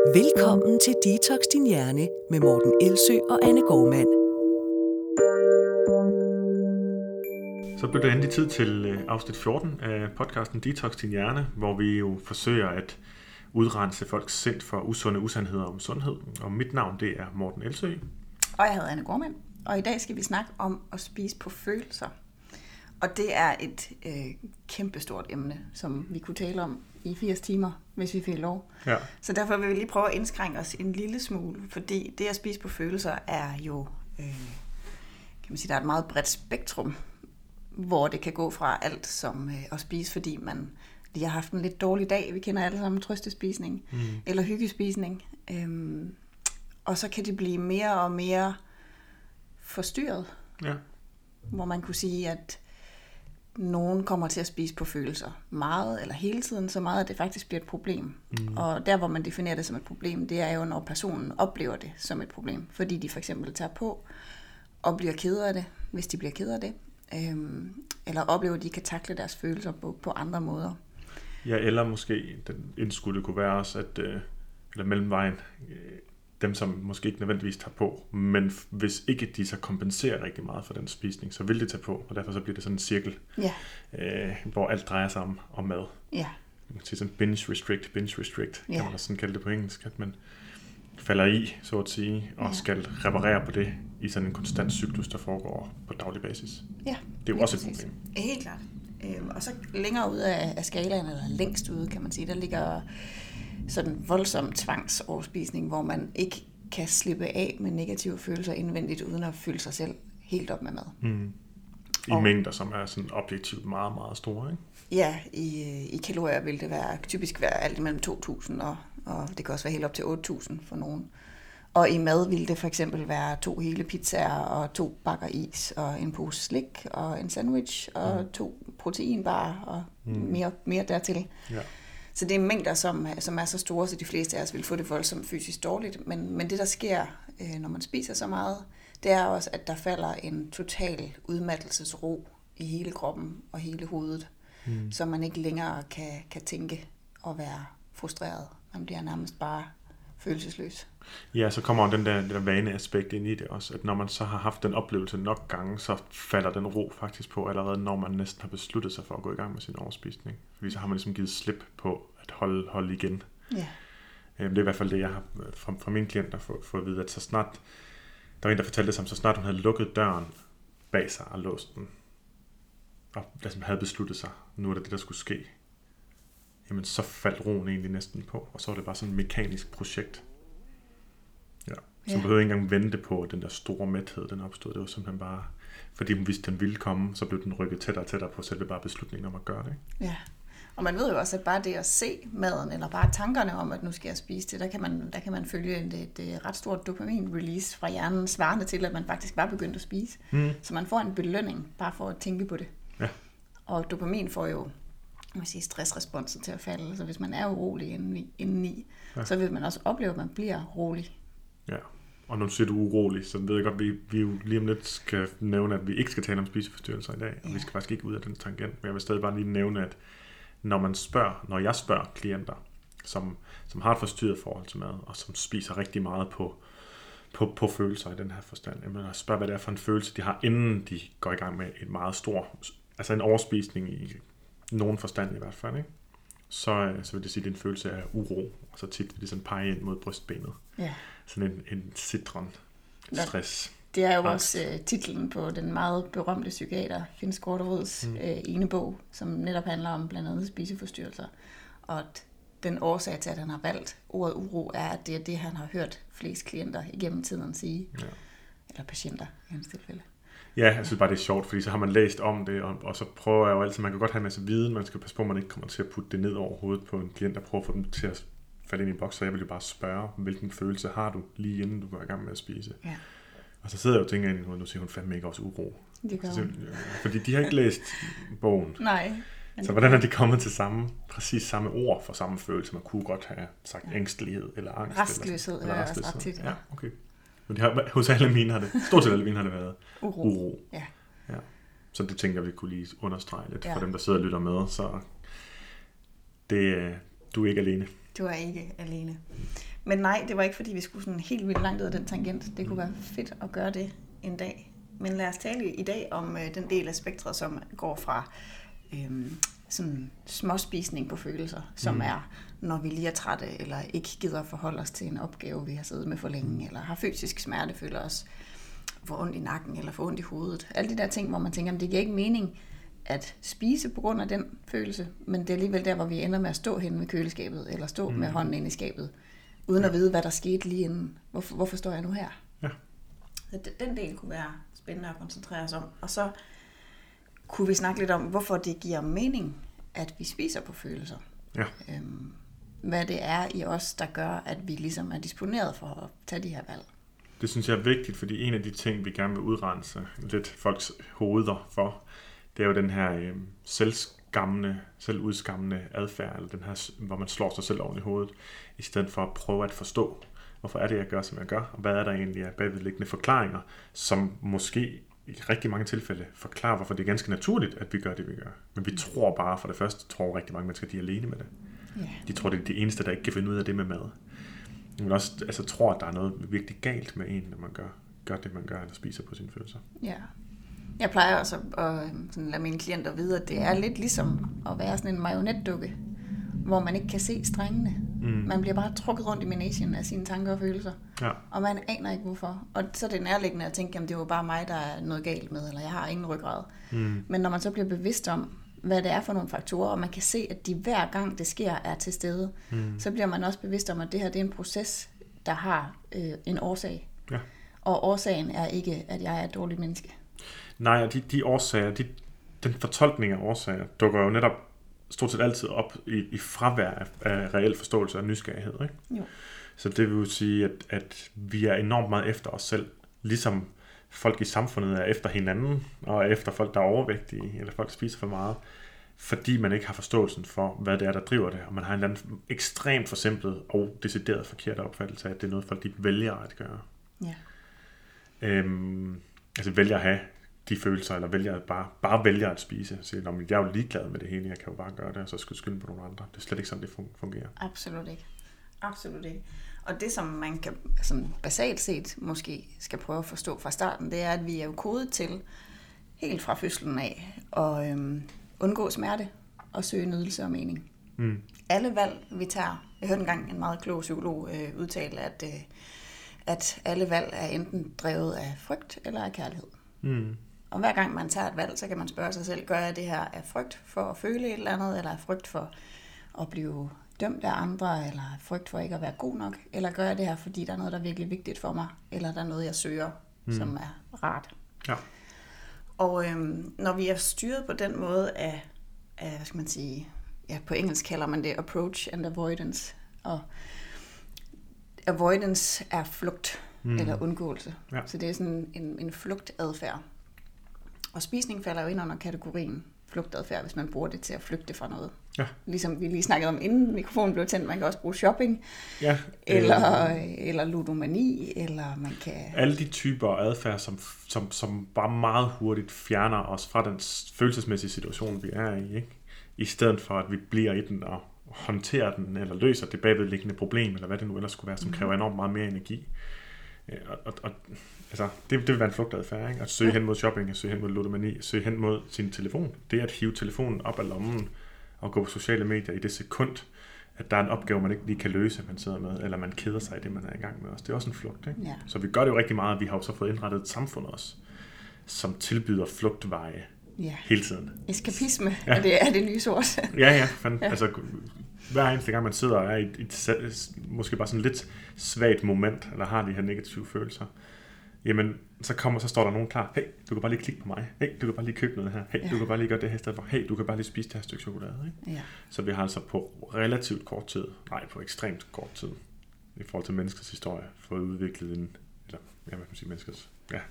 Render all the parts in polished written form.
Velkommen til Detox Din Hjerne med Morten Elsø og Anne Gormand. Så blev det endelig tid til afsnit 14 af podcasten Detox Din Hjerne, hvor vi jo forsøger at udrense folks sind for usunde usandheder om sundhed. Og mit navn, det er Morten Elsø. Og jeg hedder Anne Gormand, og i dag skal vi snakke om at spise på følelser. Og det er et kæmpestort emne, som vi kunne tale om i 80 timer, hvis vi fik lov. Ja. Så derfor vil vi lige prøve at indskrænke os en lille smule, fordi det at spise på følelser er jo, kan man sige, der er et meget bredt spektrum, hvor det kan gå fra alt som at spise, fordi man lige har haft en lidt dårlig dag. Vi kender alle sammen trøstespisning eller hyggespisning. Og så kan det blive mere og mere forstyrret. Ja. Hvor man kunne sige, at nogen kommer til at spise på følelser meget eller hele tiden, så meget, at det faktisk bliver et problem. Og der, hvor man definerer det som et problem, det er jo, når personen oplever det som et problem. Fordi de for eksempel tager på og bliver ked af det, hvis de bliver ked af det. Eller oplever, at de kan takle deres følelser på andre måder. Ja, eller måske den indskudte kunne være også, at, eller mellemvejen, dem som måske ikke nødvendigvis tager på, men hvis ikke de så kompenserer rigtig meget for den spisning, så vil de tage på, og derfor så bliver det sådan en cirkel, hvor alt drejer sig om mad. Ja. Man kan sige sådan binge restrict, kan man også sådan kalde det på engelsk, at man falder i, så at sige, og skal reparere på det i sådan en konstant cyklus, der foregår på daglig basis. Ja, det er jo også et problem. Helt klart. Og så længere ud af skalaen, eller længst ude, kan man sige, der ligger sådan voldsom tvangsoverspisning, hvor man ikke kan slippe af med negative følelser indvendigt, uden at fylde sig selv helt op med mad. I mængder, som er sådan objektivt meget, meget store, ikke? Ja, i kalorier vil det typisk være alt imellem 2.000, og det kan også være helt op til 8.000 for nogen. Og i mad vil det for eksempel være 2 hele pizzaer, og 2 bakker is, og en pose slik, og en sandwich, og 2 proteinbarer, og mere dertil. Ja. Så det er mængder, som er så store, så de fleste af os vil få det voldsomt fysisk dårligt. Men det, der sker, når man spiser så meget, det er også, at der falder en total udmattelsesro i hele kroppen og hele hovedet, så man ikke længere kan tænke og være frustreret. Man bliver nærmest bare følelsesløs. Ja, så kommer den der vaneaspekt ind i det også, at når man så har haft den oplevelse nok gange, så falder den ro faktisk på allerede, når man næsten har besluttet sig for at gå i gang med sin overspisning. Fordi så har man ligesom givet slip på at holde igen. Ja. Det er i hvert fald det, jeg har fra mine klienter fået at vide, at så snart, der var en, der fortalte det som, så snart hun havde lukket døren bag sig og låst den, og ligesom havde besluttet sig, nu er det der skulle ske, jamen så faldt roen egentlig næsten på, og så var det bare sådan et mekanisk projekt. Ja. Så behøvede ikke engang vente på, at den der store mæthed, den opstod. Det var simpelthen bare, fordi hun vidste, den ville komme, så blev den rykket tættere og tættere på selve bare beslutningen om at gøre det. Ikke? Ja, og man ved jo også, at bare det at se maden, eller bare tankerne om, at nu skal jeg spise det, der kan man følge et ret stort dopamin-release fra hjernen, svarende til, at man faktisk var begyndt at spise. Så man får en belønning, bare for at tænke på det. Ja. Og dopamin får jo stressresponsen til at falde. Så hvis man er urolig indeni, så vil man også opleve, at man bliver rolig. Ja, og nu siger du urolig, så ved jeg godt, at vi jo lige om lidt skal nævne, at vi ikke skal tale om spiseforstyrrelser i dag, og vi skal faktisk ikke ud af den tangent. Men jeg vil stadig bare lige nævne, at når jeg spørger klienter, som har et forstyrret forhold til mad, og som spiser rigtig meget på følelser i den her forstand, jeg spørger, hvad det er for en følelse, de har, inden de går i gang med et meget stor, altså en overspisning i nogen forstand i hvert fald, ikke? Så vil det sige, at det er en følelse af uro, og så tit vil det sådan pege ind mod brystbenet. Ja. Sådan en citron, stress. Det er jo også titlen på den meget berømte psykiater, Finn Skårderuds ene bog, som netop handler om blandt andet spiseforstyrrelser. Og at den årsag til, at han har valgt ordet uro, er, at det er det, han har hørt flest klienter igennem tiden sige. Ja. Eller patienter i hans tilfælde. Ja, jeg synes bare, det er sjovt, fordi så har man læst om det, og så prøver jeg jo altid, man kan godt have en masse viden, man skal passe på, at man ikke kommer til at putte det ned over hovedet på en klient, der prøver at få dem til at falde ind i en boks, så jeg vil jo bare spørge, hvilken følelse har du, lige inden du går i gang med at spise. Ja. Og så sidder jeg jo og tænker ind i nu siger hun fandme ikke også uro. Det gør hun. Fordi de har ikke læst bogen. Nej. Så hvordan er de kommet til præcis samme ord for samme følelse? Man kunne godt have sagt ængstelighed eller angst. Rastløshed. Eller rastløshed. Ja, okay. Men hos alle mine har det, stort set alle mine har det været uro. Ja. Så det tænker jeg, vi kunne lige understrege lidt for dem, der sidder og lytter med. Så du er ikke alene. Du er ikke alene. Men nej, det var ikke, fordi vi skulle sådan helt vildt langt ud af den tangent. Det kunne være fedt at gøre det en dag. Men lad os tale i dag om den del af spektret, som går fra sådan småspisning på følelser, som er, når vi lige er trætte, eller ikke gider at forholde os til en opgave, vi har siddet med for længe, eller har fysisk smerte, føler os for ondt i nakken, eller for ondt i hovedet. Alle de der ting, hvor man tænker, at det giver ikke mening at spise på grund af den følelse, men det er alligevel der, hvor vi ender med at stå hen ved køleskabet, eller stå med hånden inde i skabet, uden at vide, hvad der skete lige inden. Hvorfor står jeg nu her? Ja. Så den del kunne være spændende at koncentrere os om. Og så kunne vi snakke lidt om, hvorfor det giver mening, at vi spiser på følelser. Ja. Hvad det er i os, der gør, at vi ligesom er disponeret for at tage de her valg. Det synes jeg er vigtigt, fordi en af de ting, vi gerne vil udrense lidt folks hoveder for, det er jo den her selvudskammende adfærd, eller den her, hvor man slår sig selv oven i hovedet, i stedet for at prøve at forstå, hvorfor er det, jeg gør, som jeg gør, og hvad er der egentlig af bagvedliggende forklaringer, som måske i rigtig mange tilfælde forklarer, hvorfor det er ganske naturligt, at vi gør det, vi gør. Men vi tror bare, for det første, tror rigtig mange mennesker, de er alene med det. Yeah. De tror, det er de eneste, der ikke kan finde ud af det med mad. Men også tror, at der er noget virkelig galt med en, når man gør det, man gør, eller spiser på sine følelser. Ja. Yeah. Jeg plejer også at sådan lade mine klienter vide, at det er lidt ligesom at være sådan en marionetdukke, hvor man ikke kan se strengene. Man bliver bare trukket rundt i menagen af sine tanker og følelser. Ja. Og man aner ikke hvorfor. Og så er det nærliggende at tænke, at det var bare mig, der er noget galt med, eller jeg har ingen ryggrad. Men når man så bliver bevidst om, hvad det er for nogle faktorer, og man kan se, at de hver gang det sker, er til stede, så bliver man også bevidst om, at det her det er en proces, der har en årsag. Ja. Og årsagen er ikke, at jeg er et dårligt menneske. Nej, og de årsager, den fortolkning af årsager, dukker jo netop stort set altid op i fravær af reel forståelse og nysgerrighed. Ikke? Jo. Så det vil jo sige, at vi er enormt meget efter os selv, ligesom folk i samfundet er efter hinanden, og er efter folk, der er overvægtige, eller folk, der spiser for meget, fordi man ikke har forståelsen for, hvad det er, der driver det, og man har en eller anden ekstremt forsimplet og decideret forkert opfattelse af, at det er noget, folk de vælger at gøre. Ja. Altså vælger at have de følelser, eller vælger bare vælger at spise. Så jeg er jo ligeglad med det hele, jeg kan jo bare gøre det, og så skal skylde på nogle andre. Det er slet ikke sådan, det fungerer. Absolut ikke. Absolut ikke. Og det, som man kan, som basalt set måske skal prøve at forstå fra starten, det er, at vi er jo kodet til, helt fra fødslen af, at undgå smerte og søge nydelse og mening. Alle valg, vi tager, jeg hørte engang en meget klog psykolog udtale, at alle valg er enten drevet af frygt eller af kærlighed. Og hver gang man tager et valg, så kan man spørge sig selv, gør jeg det her af frygt for at føle et eller andet, eller af frygt for at blive dømt af andre, eller af frygt for ikke at være god nok, eller gør jeg det her, fordi der er noget, der er virkelig vigtigt for mig, eller der er noget, jeg søger, som er rart. Ja. Og når vi er styret på den måde af, hvad skal man sige, ja, på engelsk kalder man det approach and avoidance, og avoidance er flugt, eller undgåelse. Ja. Så det er sådan en flugtadfærd. Og spisning falder jo ind under kategorien flugtadfærd, hvis man bruger det til at flygte fra noget. Ja. Ligesom vi lige snakkede om, inden mikrofonen blev tændt, man kan også bruge shopping, ja, eller ludomani, eller man kan... Alle de typer adfærd, som bare meget hurtigt fjerner os fra den følelsesmæssige situation, vi er i, ikke? I stedet for, at vi bliver i den og håndterer den, eller løser det bagvedliggende problem, eller hvad det nu ellers skulle være, som kræver enormt meget mere energi. Altså, det vil være en flugtadfærd, ikke? At søge hen mod shopping, at søge hen mod ludomani, at søge hen mod sin telefon. Det er at hive telefonen op af lommen og gå på sociale medier i det sekund, at der er en opgave, man ikke lige kan løse, man sidder med, eller man keder sig i det, man er i gang med også. Det er også en flugt, ikke? Ja. Så vi gør det jo rigtig meget, vi har jo så fået indrettet et samfund også, som tilbyder flugtveje hele tiden. Eskapisme, er det nye sort. Ja. Altså, hver eneste gang man sidder og er i et måske bare sådan lidt svagt moment, eller har de her negative følelser, jamen, så står der nogen klar. Hey, du kan bare lige klikke på mig. Hey, du kan bare lige købe noget her. Hey, du kan bare lige gøre det her i stedet for. Hey, du kan bare lige spise det her stykke chokolade. Ikke? Ja. Så vi har altså på relativt kort tid, på ekstremt kort tid, i forhold til menneskets historie, fået udviklet menneskets,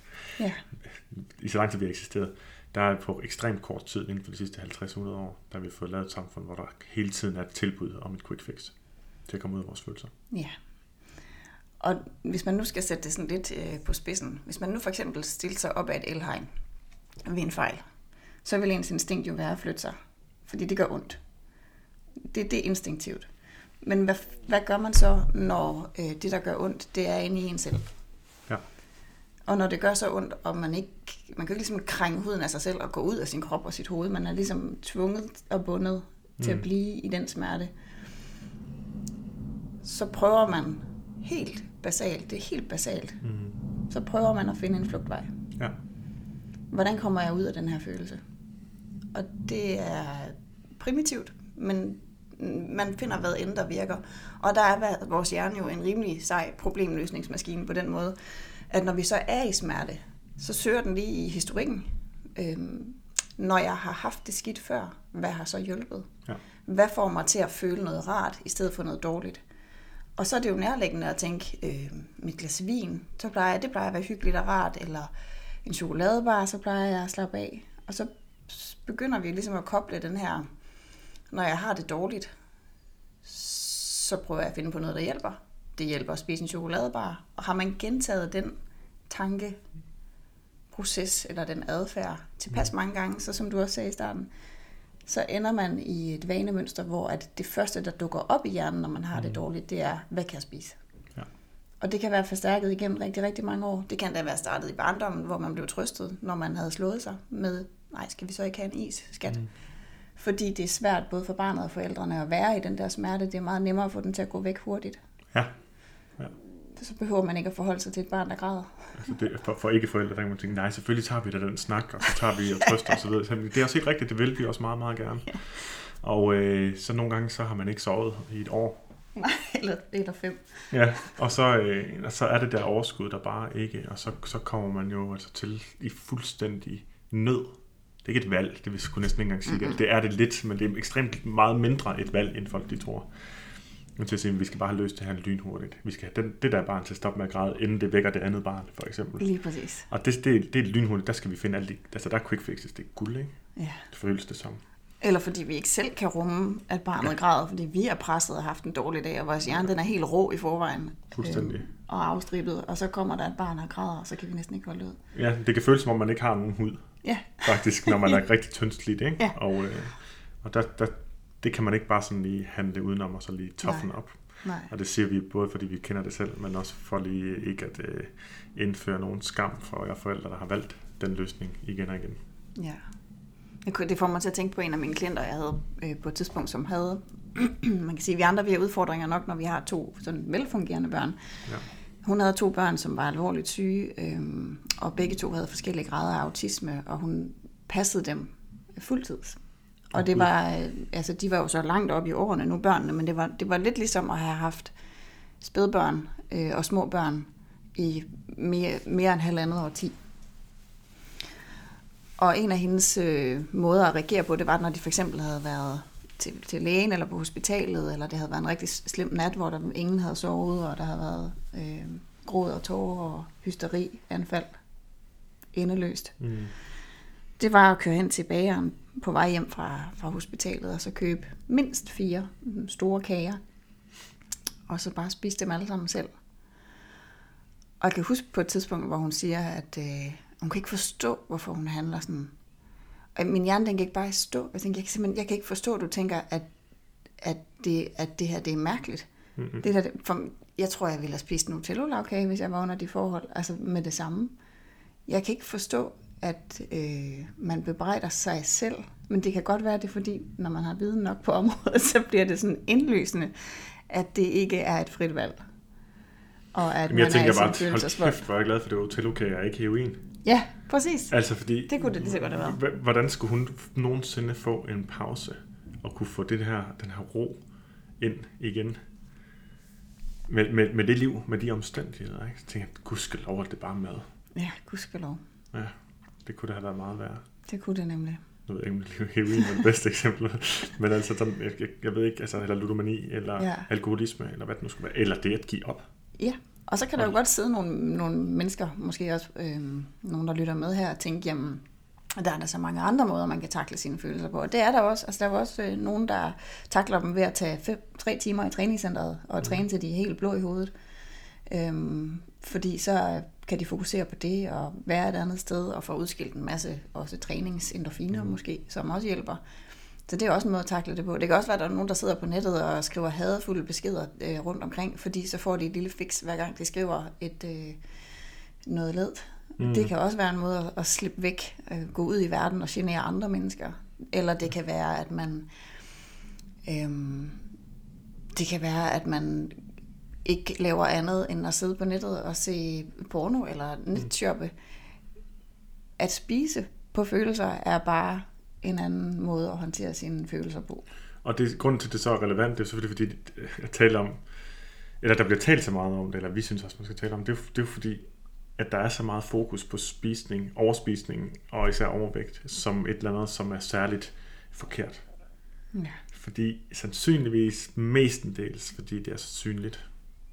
i så lang tid vi har eksisteret, der er på ekstremt kort tid, inden for de sidste 50-100 år, der har vi fået lavet et samfund, hvor der hele tiden er et tilbud om et quick fix til at komme ud af vores følelser. Ja. Og hvis man nu skal sætte det sådan lidt på spidsen, hvis man nu for eksempel stiller sig op af et elhegn ved en fejl, så vil ens instinkt jo være at flytte sig, fordi det gør ondt. Det er instinktivt. Men hvad gør man så, når det, der gør ondt, det er inde i en selv? Ja. Og når det gør så ondt, og man kan ikke ligesom krænge huden af sig selv og gå ud af sin krop og sit hoved. Man er ligesom tvunget og bundet til at blive i den smerte. Så prøver man helt basalt, det er helt basalt, så prøver man at finde en flugtvej. Ja. Hvordan kommer jeg ud af den her følelse? Og det er primitivt, men man finder, hvad end der virker. Og der er vores hjerne jo en rimelig sej problemløsningsmaskine på den måde, at når vi så er i smerte, så søger den lige i historikken. Når jeg har haft det skidt før, hvad har så hjulpet? Ja. Hvad får mig til at føle noget rart, i stedet for noget dårligt? Og så er det jo nærliggende at tænke, mit glas vin, det plejer at være hyggeligt og rart, eller en chokoladebar, så plejer jeg at slappe af. Og så begynder vi ligesom at koble den her, når jeg har det dårligt, så prøver jeg at finde på noget, der hjælper. Det hjælper at spise en chokoladebar. Og har man gentaget den tankeproces, eller den adfærd, tilpas mange gange, så som du også sagde i starten, så ender man i et vanemønster, hvor at det første, der dukker op i hjernen, når man har det dårligt, det er, hvad kan jeg spise? Ja. Og det kan være forstærket igennem rigtig, rigtig mange år. Det kan da være startet i barndommen, hvor man blev trøstet, når man havde slået sig med, nej, skal vi så ikke have en is, skat? Fordi det er svært både for barnet og forældrene at være i den der smerte. Det er meget nemmere at få den til at gå væk hurtigt. Ja. Så behøver man ikke at forholde sig til et barn, der græder. Altså det, for ikke forældre, der kan man tænke, nej, selvfølgelig tager vi da den snak, og så tager vi og trøster og så videre. Det er også helt rigtigt, det vil vi også meget, meget gerne. Ja. Og så nogle gange, så har man ikke sovet i et år. Nej, eller 5. Ja, og så er det der overskud, der bare ikke, og så kommer man jo altså til i fuldstændig nød. Det er ikke et valg, det vil jeg næsten ikke engang sige. Det er det lidt, men det er ekstremt meget mindre et valg, end folk de tror. Men til at sige, at vi skal bare have løst det her lynhurtigt. Vi skal have det der barn til at stoppe med at græde, inden det vækker det andet barn, for eksempel. Lige præcis. Og det er lynhurtigt, der skal vi finde alt det. Altså der er quick fixes, det er guld, ikke? Ja. Det føles det som. Eller fordi vi ikke selv kan rumme, at barnet græder, fordi vi er presset og haft en dårlig dag, og vores hjerne den er helt rå i forvejen. Fuldstændig. Og afstribet, og så kommer der et barn og græder, og så kan vi næsten ikke holde ud. Ja, det kan føles som om man ikke har nogen hud. Ja. Faktisk, når man er rigtig tyndslidt, ikke? Ja. Og der, det kan man ikke bare sådan lige handle udenom og så lige toughen op. Nej. Og det siger vi både fordi vi kender det selv, men også for lige ikke at indføre nogen skam for jer forældre, der har valgt den løsning igen og igen. Ja. Det får mig til at tænke på en af mine klienter, jeg havde på et tidspunkt, som havde, man kan sige, vi andre vi har udfordringer nok, når vi har 2 sådan velfungerende børn. Ja. Hun havde 2 børn, som var alvorligt syge, og begge 2 havde forskellige grader af autisme, og hun passede dem fuldtids. Og det var, altså de var jo så langt op i årene nu, børnene, men det var lidt ligesom at have haft spædbørn og små børn i mere end 1,5 årti. Og en af hendes måder at reagere på, det var, når de for eksempel havde været til lægen eller på hospitalet, eller det havde været en rigtig slem nat, hvor der ingen havde sovet, og der havde været gråd og tårer og hysteri, anfald, endeløst. Det var at køre hen til bageren på vej hjem fra hospitalet, og så købe mindst 4 store kager, og så bare spise dem alle sammen selv. Og jeg kan huske på et tidspunkt, hvor hun siger, at hun kan ikke forstå, hvorfor hun handler sådan. Og min hjerne, den kan ikke bare stå. Jeg tænker, jeg kan ikke forstå, at du tænker, at det her, det er mærkeligt. Mm-hmm. Det der, jeg tror, jeg ville have spist en Nutella-lavkage, hvis jeg var under de forhold, altså med det samme. Jeg kan ikke forstå, at man bebrejder sig selv, men det kan godt være, det er fordi, når man har viden nok på området, så bliver det sådan indlysende, at det ikke er et frit valg. Og at jeg tænker bare, hold kæft, hvor er jeg glad for, det var Nutella-kage og ikke heroin. Ja, præcis. Altså fordi, det kunne det lige så godt have været. Hvordan skulle hun nogensinde få en pause og kunne få den her ro ind igen med det liv, med de omstændigheder, ikke? Så tænker jeg, gudskelov, at det bare mad. Ja, gudskelov. Ja, det kunne da have været meget værre. Det kunne det nemlig. Nu ved jeg ikke, om heroin er det bedste eksempel, men altså, sådan, jeg ved ikke, altså, eller ludomani, eller alkoholisme, eller hvad det nu skulle være, eller det at give op. Ja, og så kan der jo godt sidde nogle mennesker, måske også nogen, der lytter med her, og tænke, jamen, der er der så mange andre måder, man kan takle sine følelser på. Og det er der også. Altså, der er også nogen, der takler dem ved at tage 3 timer i træningscenteret, og træne til de er helt blå i hovedet. Fordi så kan de fokusere på det, og være et andet sted, og få udskilt en masse også træningsendorfiner måske, som også hjælper. Så det er også en måde at takle det på. Det kan også være, at der er nogen, der sidder på nettet og skriver hadefulde beskeder rundt omkring, fordi så får de et lille fix, hver gang de skriver noget ledt. Det kan også være en måde at slippe væk, gå ud i verden og genere andre mennesker. Eller det kan være, at man ikke laver andet end at sidde på nettet og se porno eller netshoppe. At spise på følelser er bare en anden måde at håndtere sine følelser på. Og det, grunden til, at det så er relevant, det er selvfølgelig, fordi jeg taler om, eller der bliver talt så meget om det, eller vi synes også, man skal tale om, det er jo fordi, at der er så meget fokus på spisning, overspisning og især overvægt, som et eller andet, som er særligt forkert. Ja. Fordi sandsynligvis mestendels, fordi det er så synligt,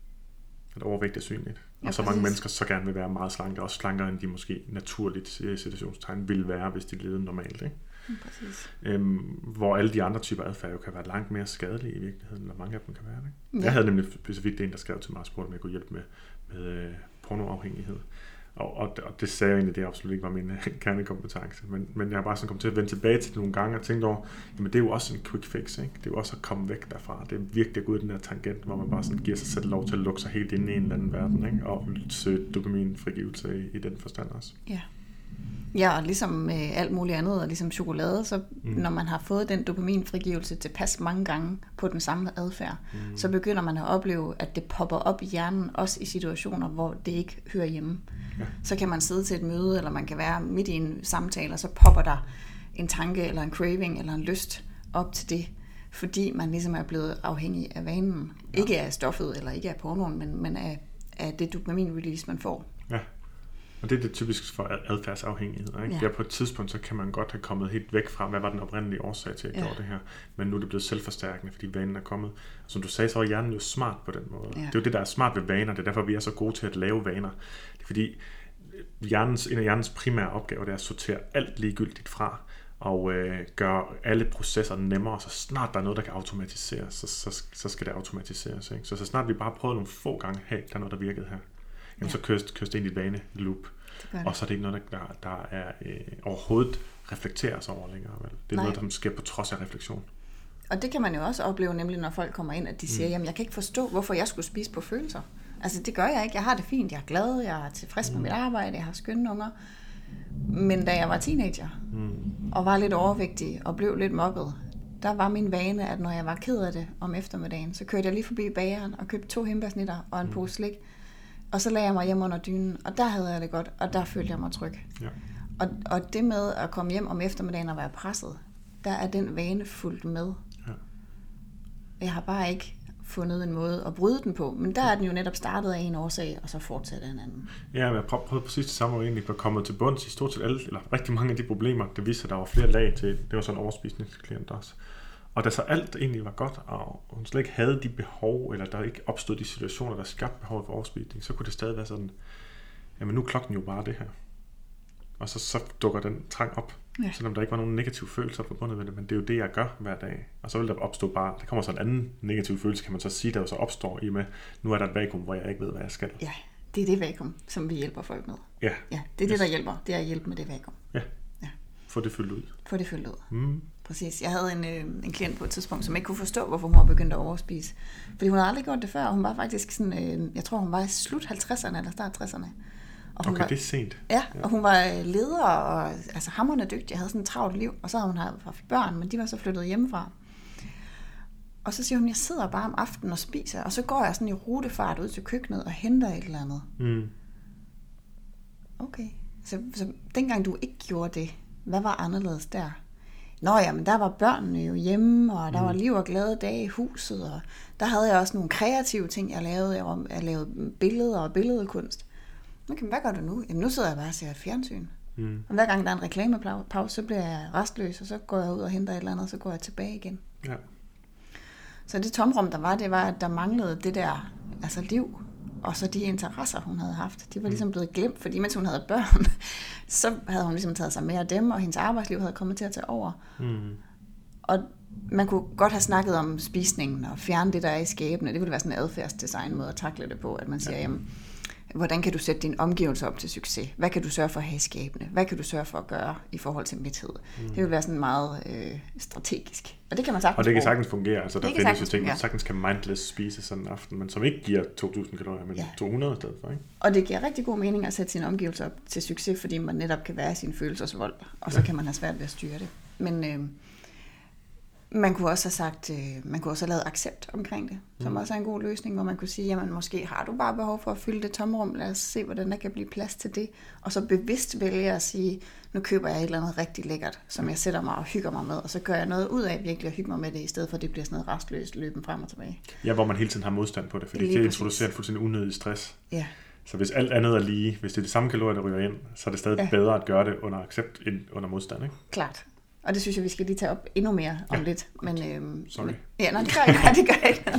at overvægt er synligt. Og så mange mennesker så gerne vil være meget slanke, også slankere end de måske naturligt i situationstegn ville være, hvis de levede normalt. Ikke? Præcis. Hvor alle de andre typer adfærd jo kan være langt mere skadelige i virkeligheden, eller mange af dem kan være. Ikke? Ja. Jeg havde nemlig specifikt en, der skrev til mig og spurgte, om jeg kunne hjælpe med pornoafhængighed. Og det sagde jeg egentlig, det absolut ikke var min kernekompetence. Men jeg har bare sådan kommet til at vende tilbage til det nogle gange og tænkt over, jamen det er jo også en quick fix, ikke? Det er jo også at komme væk derfra. Det er virkelig at gå ud i den her tangent, hvor man bare sådan giver sig selv lov til at lukke sig helt ind i en eller anden verden, ikke? Og søge dopaminfrigivelse i den forstand også. Ja. Ja, og ligesom med alt muligt andet, og ligesom chokolade, så når man har fået den dopaminfrigivelse tilpas mange gange på den samme adfærd, så begynder man at opleve, at det popper op i hjernen, også i situationer, hvor det ikke hører hjemme. Ja. Så kan man sidde til et møde, eller man kan være midt i en samtale, og så popper der en tanke, eller en craving, eller en lyst op til det, fordi man ligesom er blevet afhængig af vanen. Ja. Ikke af stoffet, eller ikke af pornoen, men af det dopamin-release, man får. Ja. Og det er det typisk for adfærdsafhængighed. Ikke? Ja. Der på et tidspunkt, så kan man godt have kommet helt væk fra, hvad var den oprindelige årsag til, at jeg gjorde det her. Men nu er det blevet selvforstærkende, fordi vanen er kommet. Og som du sagde, så er hjernen jo smart på den måde. Ja. Det er jo det, der er smart ved vaner. Det er derfor, vi er så gode til at lave vaner. Det er fordi, en af hjernens primære opgaver, det er at sortere alt ligegyldigt fra, og gøre alle processer nemmere. Så snart der er noget, der kan automatiseres, så skal det automatiseres. Ikke? Så snart vi bare prøver nogle få gange, hey, der er noget, der virkede her. Jamen, så køres det ind i et vaneloop. Og så er det ikke noget, der er overhovedet reflekteres over længere. Vel? Det er noget, der sker på trods af refleksion. Og det kan man jo også opleve, nemlig når folk kommer ind, at de siger, jamen jeg kan ikke forstå, hvorfor jeg skulle spise på følelser. Altså det gør jeg ikke. Jeg har det fint, jeg er glad, jeg er tilfreds med mit arbejde, jeg har skønne unger. Men da jeg var teenager, og var lidt overvægtig, og blev lidt mobbet, der var min vane, at når jeg var ked af det om eftermiddagen, så kørte jeg lige forbi bageren og købte 2 hindbærsnitter og en pose slik. Og så lagde jeg mig hjem under dynen, og der havde jeg det godt, og der følte jeg mig tryg. Ja. Og det med at komme hjem om eftermiddagen og være presset, der er den vane fulgt med. Ja. Jeg har bare ikke fundet en måde at bryde den på, men der er den jo netop startet af en årsag, og så fortsætter en anden. Ja, men jeg prøvede præcis det samme, og egentlig var kommet til bunds i stort set alle, eller rigtig mange af de problemer, det viste sig, der var flere lag til. Det var sådan en overspisningsklient også. Og da så alt egentlig var godt, og hun slet ikke havde de behov, eller der ikke opstod de situationer, der skabte behov for overspisning, så kunne det stadig være sådan, jamen nu er klokken jo bare det her. Og så dukker den trang op, selvom der ikke var nogen negative følelser forbundet med det, men det er jo det, jeg gør hver dag. Og så vil der opstå bare, der kommer så en anden negativ følelse, kan man så sige, der jo så opstår i med, nu er der et vakuum, hvor jeg ikke ved, hvad jeg skal. Ja, det er det vakuum, som vi hjælper folk med. Ja. Ja, det er det, der hjælper, det er at hjælpe med det vakuum. Ja. Få det fyldt ud. Få det fyldt ud. Præcis. Jeg havde en klient på et tidspunkt, som ikke kunne forstå, hvorfor hun var begyndt at overspise. Fordi hun havde aldrig gjort det før. Hun var faktisk sådan, jeg tror hun var i slut 50'erne eller start 60'erne. Og hun okay, det er sent. Ja, og hun var leder og altså hamrende dygtig. Jeg havde sådan et travlt liv. Og så havde hun haft børn, men de var så flyttet hjemmefra. Og så siger hun, jeg sidder bare om aftenen og spiser, og så går jeg sådan i rutefart ud til køkkenet og henter et eller andet. Okay. Så dengang du ikke gjorde det, hvad var anderledes der? Nå ja, men der var børnene jo hjemme, og der var liv og glade dage i huset, og der havde jeg også nogle kreative ting, jeg lavede. Jeg lavede billeder og billedkunst. Okay, hvad gør du nu? Jamen nu sidder jeg bare og ser fjernsyn. Og hver gang der er en reklamepause, så bliver jeg restløs, og så går jeg ud og henter et eller andet, og så går jeg tilbage igen. Ja. Så det tomrum, der var, det var, at der manglede det der altså liv, og så de interesser, hun havde haft. De var ligesom blevet glemt, fordi mens hun havde børn, så havde hun ligesom taget sig mere af dem, og hendes arbejdsliv havde kommet til at tage over. Og man kunne godt have snakket om spisningen og fjerne det, der er i skabene. Det ville være sådan en adfærdsdesign måde at takle det på, at man siger, jamen, Hvordan kan du sætte dine omgivelser op til succes? Hvad kan du sørge for at have skabende? Hvad kan du sørge for at gøre i forhold til mæthed? Det vil være sådan meget strategisk. Og det kan man sagtens Og det kan sagtens fungere. Altså, der findes jo ting, man fungere. sagtens kan mindless spise sådan en aften, men som ikke giver 2.000 kalorier, men 200 i stedet for. Ikke? Og det giver rigtig god mening at sætte sine omgivelser op til succes, fordi man netop kan være i sin følelsesvold, og så kan man have svært ved at styre det. Men man kunne også have sagt, man kunne også have lavet accept omkring det, som også er en god løsning, hvor man kunne sige, jamen måske har du bare behov for at fylde det tomrum, lad os se, hvordan der kan blive plads til det, og så bevidst vælge at sige, nu køber jeg et eller andet rigtig lækkert, som jeg sætter mig og hygger mig med, og så gør jeg noget ud af virkelig at hygge mig med det, i stedet for at det bliver sådan noget restløst løben frem og tilbage. Ja, hvor man hele tiden har modstand på det, fordi det introducerer en fuldstændig unødig stress. Ja. Så hvis alt andet er lige, hvis det er de samme kalorier, der ryger ind, så er det stadig bedre at gøre det under accept end under modstand, ikke? Klart. Og det synes jeg, vi skal lige tage op endnu mere om lidt. Men, sorry. Nej, det gør ikke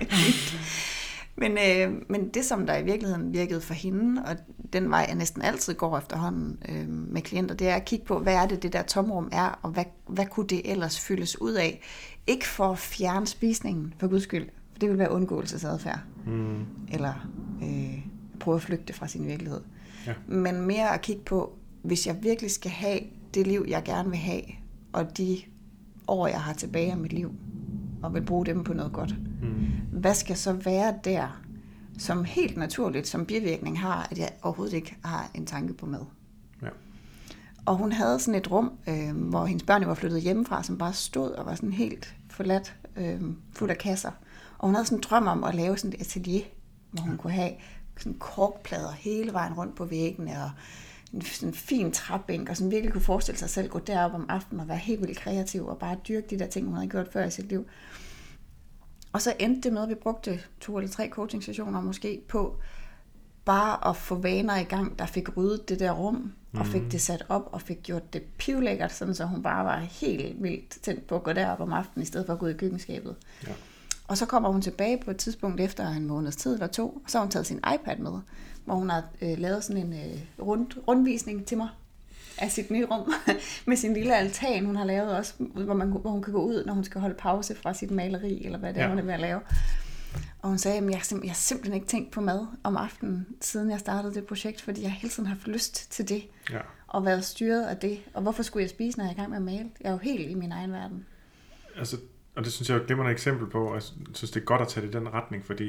noget. Men det, som der i virkeligheden virkede for hende, og den vej, jeg næsten altid går efterhånden med klienter, det er at kigge på, hvad er det der tomrum er, og hvad kunne det ellers fyldes ud af? Ikke for at fjerne spisningen, for guds skyld, for det vil være undgåelsesadfærd. Eller prøve at flygte fra sin virkelighed. Ja. Men mere at kigge på, hvis jeg virkelig skal have det liv, jeg gerne vil have, og de år, jeg har tilbage af mit liv, og vil bruge dem på noget godt. Hvad skal så være der, som helt naturligt, som bivirkning har, at jeg overhovedet ikke har en tanke på mad? Ja. Og hun havde sådan et rum, hvor hendes børn var flyttet hjemmefra, som bare stod og var sådan helt forladt, fuld af kasser. Og hun havde sådan en drøm om at lave sådan et atelier, hvor hun kunne have sådan korkplader hele vejen rundt på væggene, og en fin træbænk, og sådan virkelig kunne forestille sig selv gå derop om aftenen og være helt vildt kreativ, og bare dyrke de der ting, hun havde gjort før i sit liv. Og så endte det med, at vi brugte 2 eller 3 coaching-sessioner måske på bare at få vaner i gang, der fik ryddet det der rum, og fik det sat op, og fik gjort det pivlækkert, sådan så hun bare var helt vildt tændt på at gå derop om aftenen, i stedet for at gå ud i køkkenskabet. Ja. Og så kommer hun tilbage på et tidspunkt efter en måneds tid eller 2, og så har hun taget sin iPad med, hvor hun har lavet sådan en rundvisning til mig af sit nye rum, med sin lille altan, hun har lavet også, hvor hun kan gå ud, når hun skal holde pause fra sit maleri, eller hvad det er, hun er ved at lave. Og hun sagde, at jeg har simpelthen ikke tænkt på mad om aftenen, siden jeg startede det projekt, fordi jeg hele tiden har haft lyst til det, og været styret af det. Og hvorfor skulle jeg spise, når jeg er i gang med at male? Jeg er jo helt i min egen verden. Altså, og det synes jeg er et glimrende eksempel på, og jeg synes, det er godt at tage det i den retning, fordi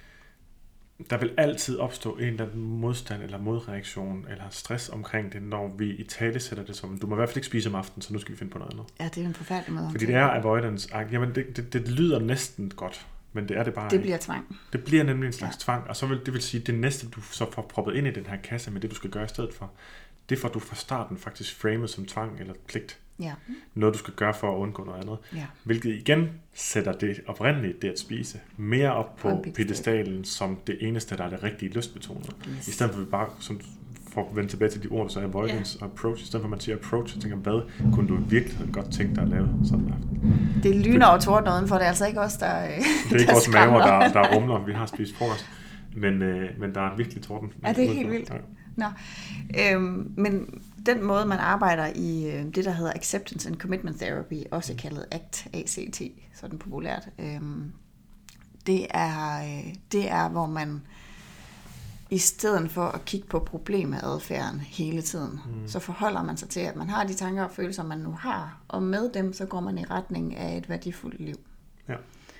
der vil altid opstå en eller anden modstand eller modreaktion eller stress omkring det, når vi i tale sætter det som, du må i hvert fald ikke spise om aftenen, så nu skal vi finde på noget andet. Ja, det er en forfærdelig måde. Fordi det er avoidance. Jamen, det lyder næsten godt, men det er det bare Det bliver tvang. Det bliver nemlig en slags tvang, og så vil sige, det næste, du så får proppet ind i den her kasse med det, du skal gøre i stedet for, det får du fra starten faktisk framet som tvang eller pligt. Ja. Noget, du skal gøre for at undgå noget andet. Ja. Hvilket igen sætter det oprindeligt, det at spise, mere op på piedestalen som det eneste, der er det rigtige lystbetonet. Yes. I stedet for, at vi bare, som for at vende tilbage til de ord, du sagde, avoidance og approach. I stedet for, at man siger approach, så tænker man, hvad kunne du virkelig godt tænke dig at lave sådan en aften? Det lyner og tordner udenfor, det er altså ikke os, der det er ikke vores maver, der rumler, vi har spist frokost. Men der er virkelig torden. Ja, det er helt vildt. Ja. Men den måde, man arbejder i det, der hedder Acceptance and Commitment Therapy, også kaldet ACT, ACT, sådan populært, det er, hvor man i stedet for at kigge på problemadfærden hele tiden, så forholder man sig til, at man har de tanker og følelser, man nu har, og med dem, så går man i retning af et værdifuldt liv. Ja.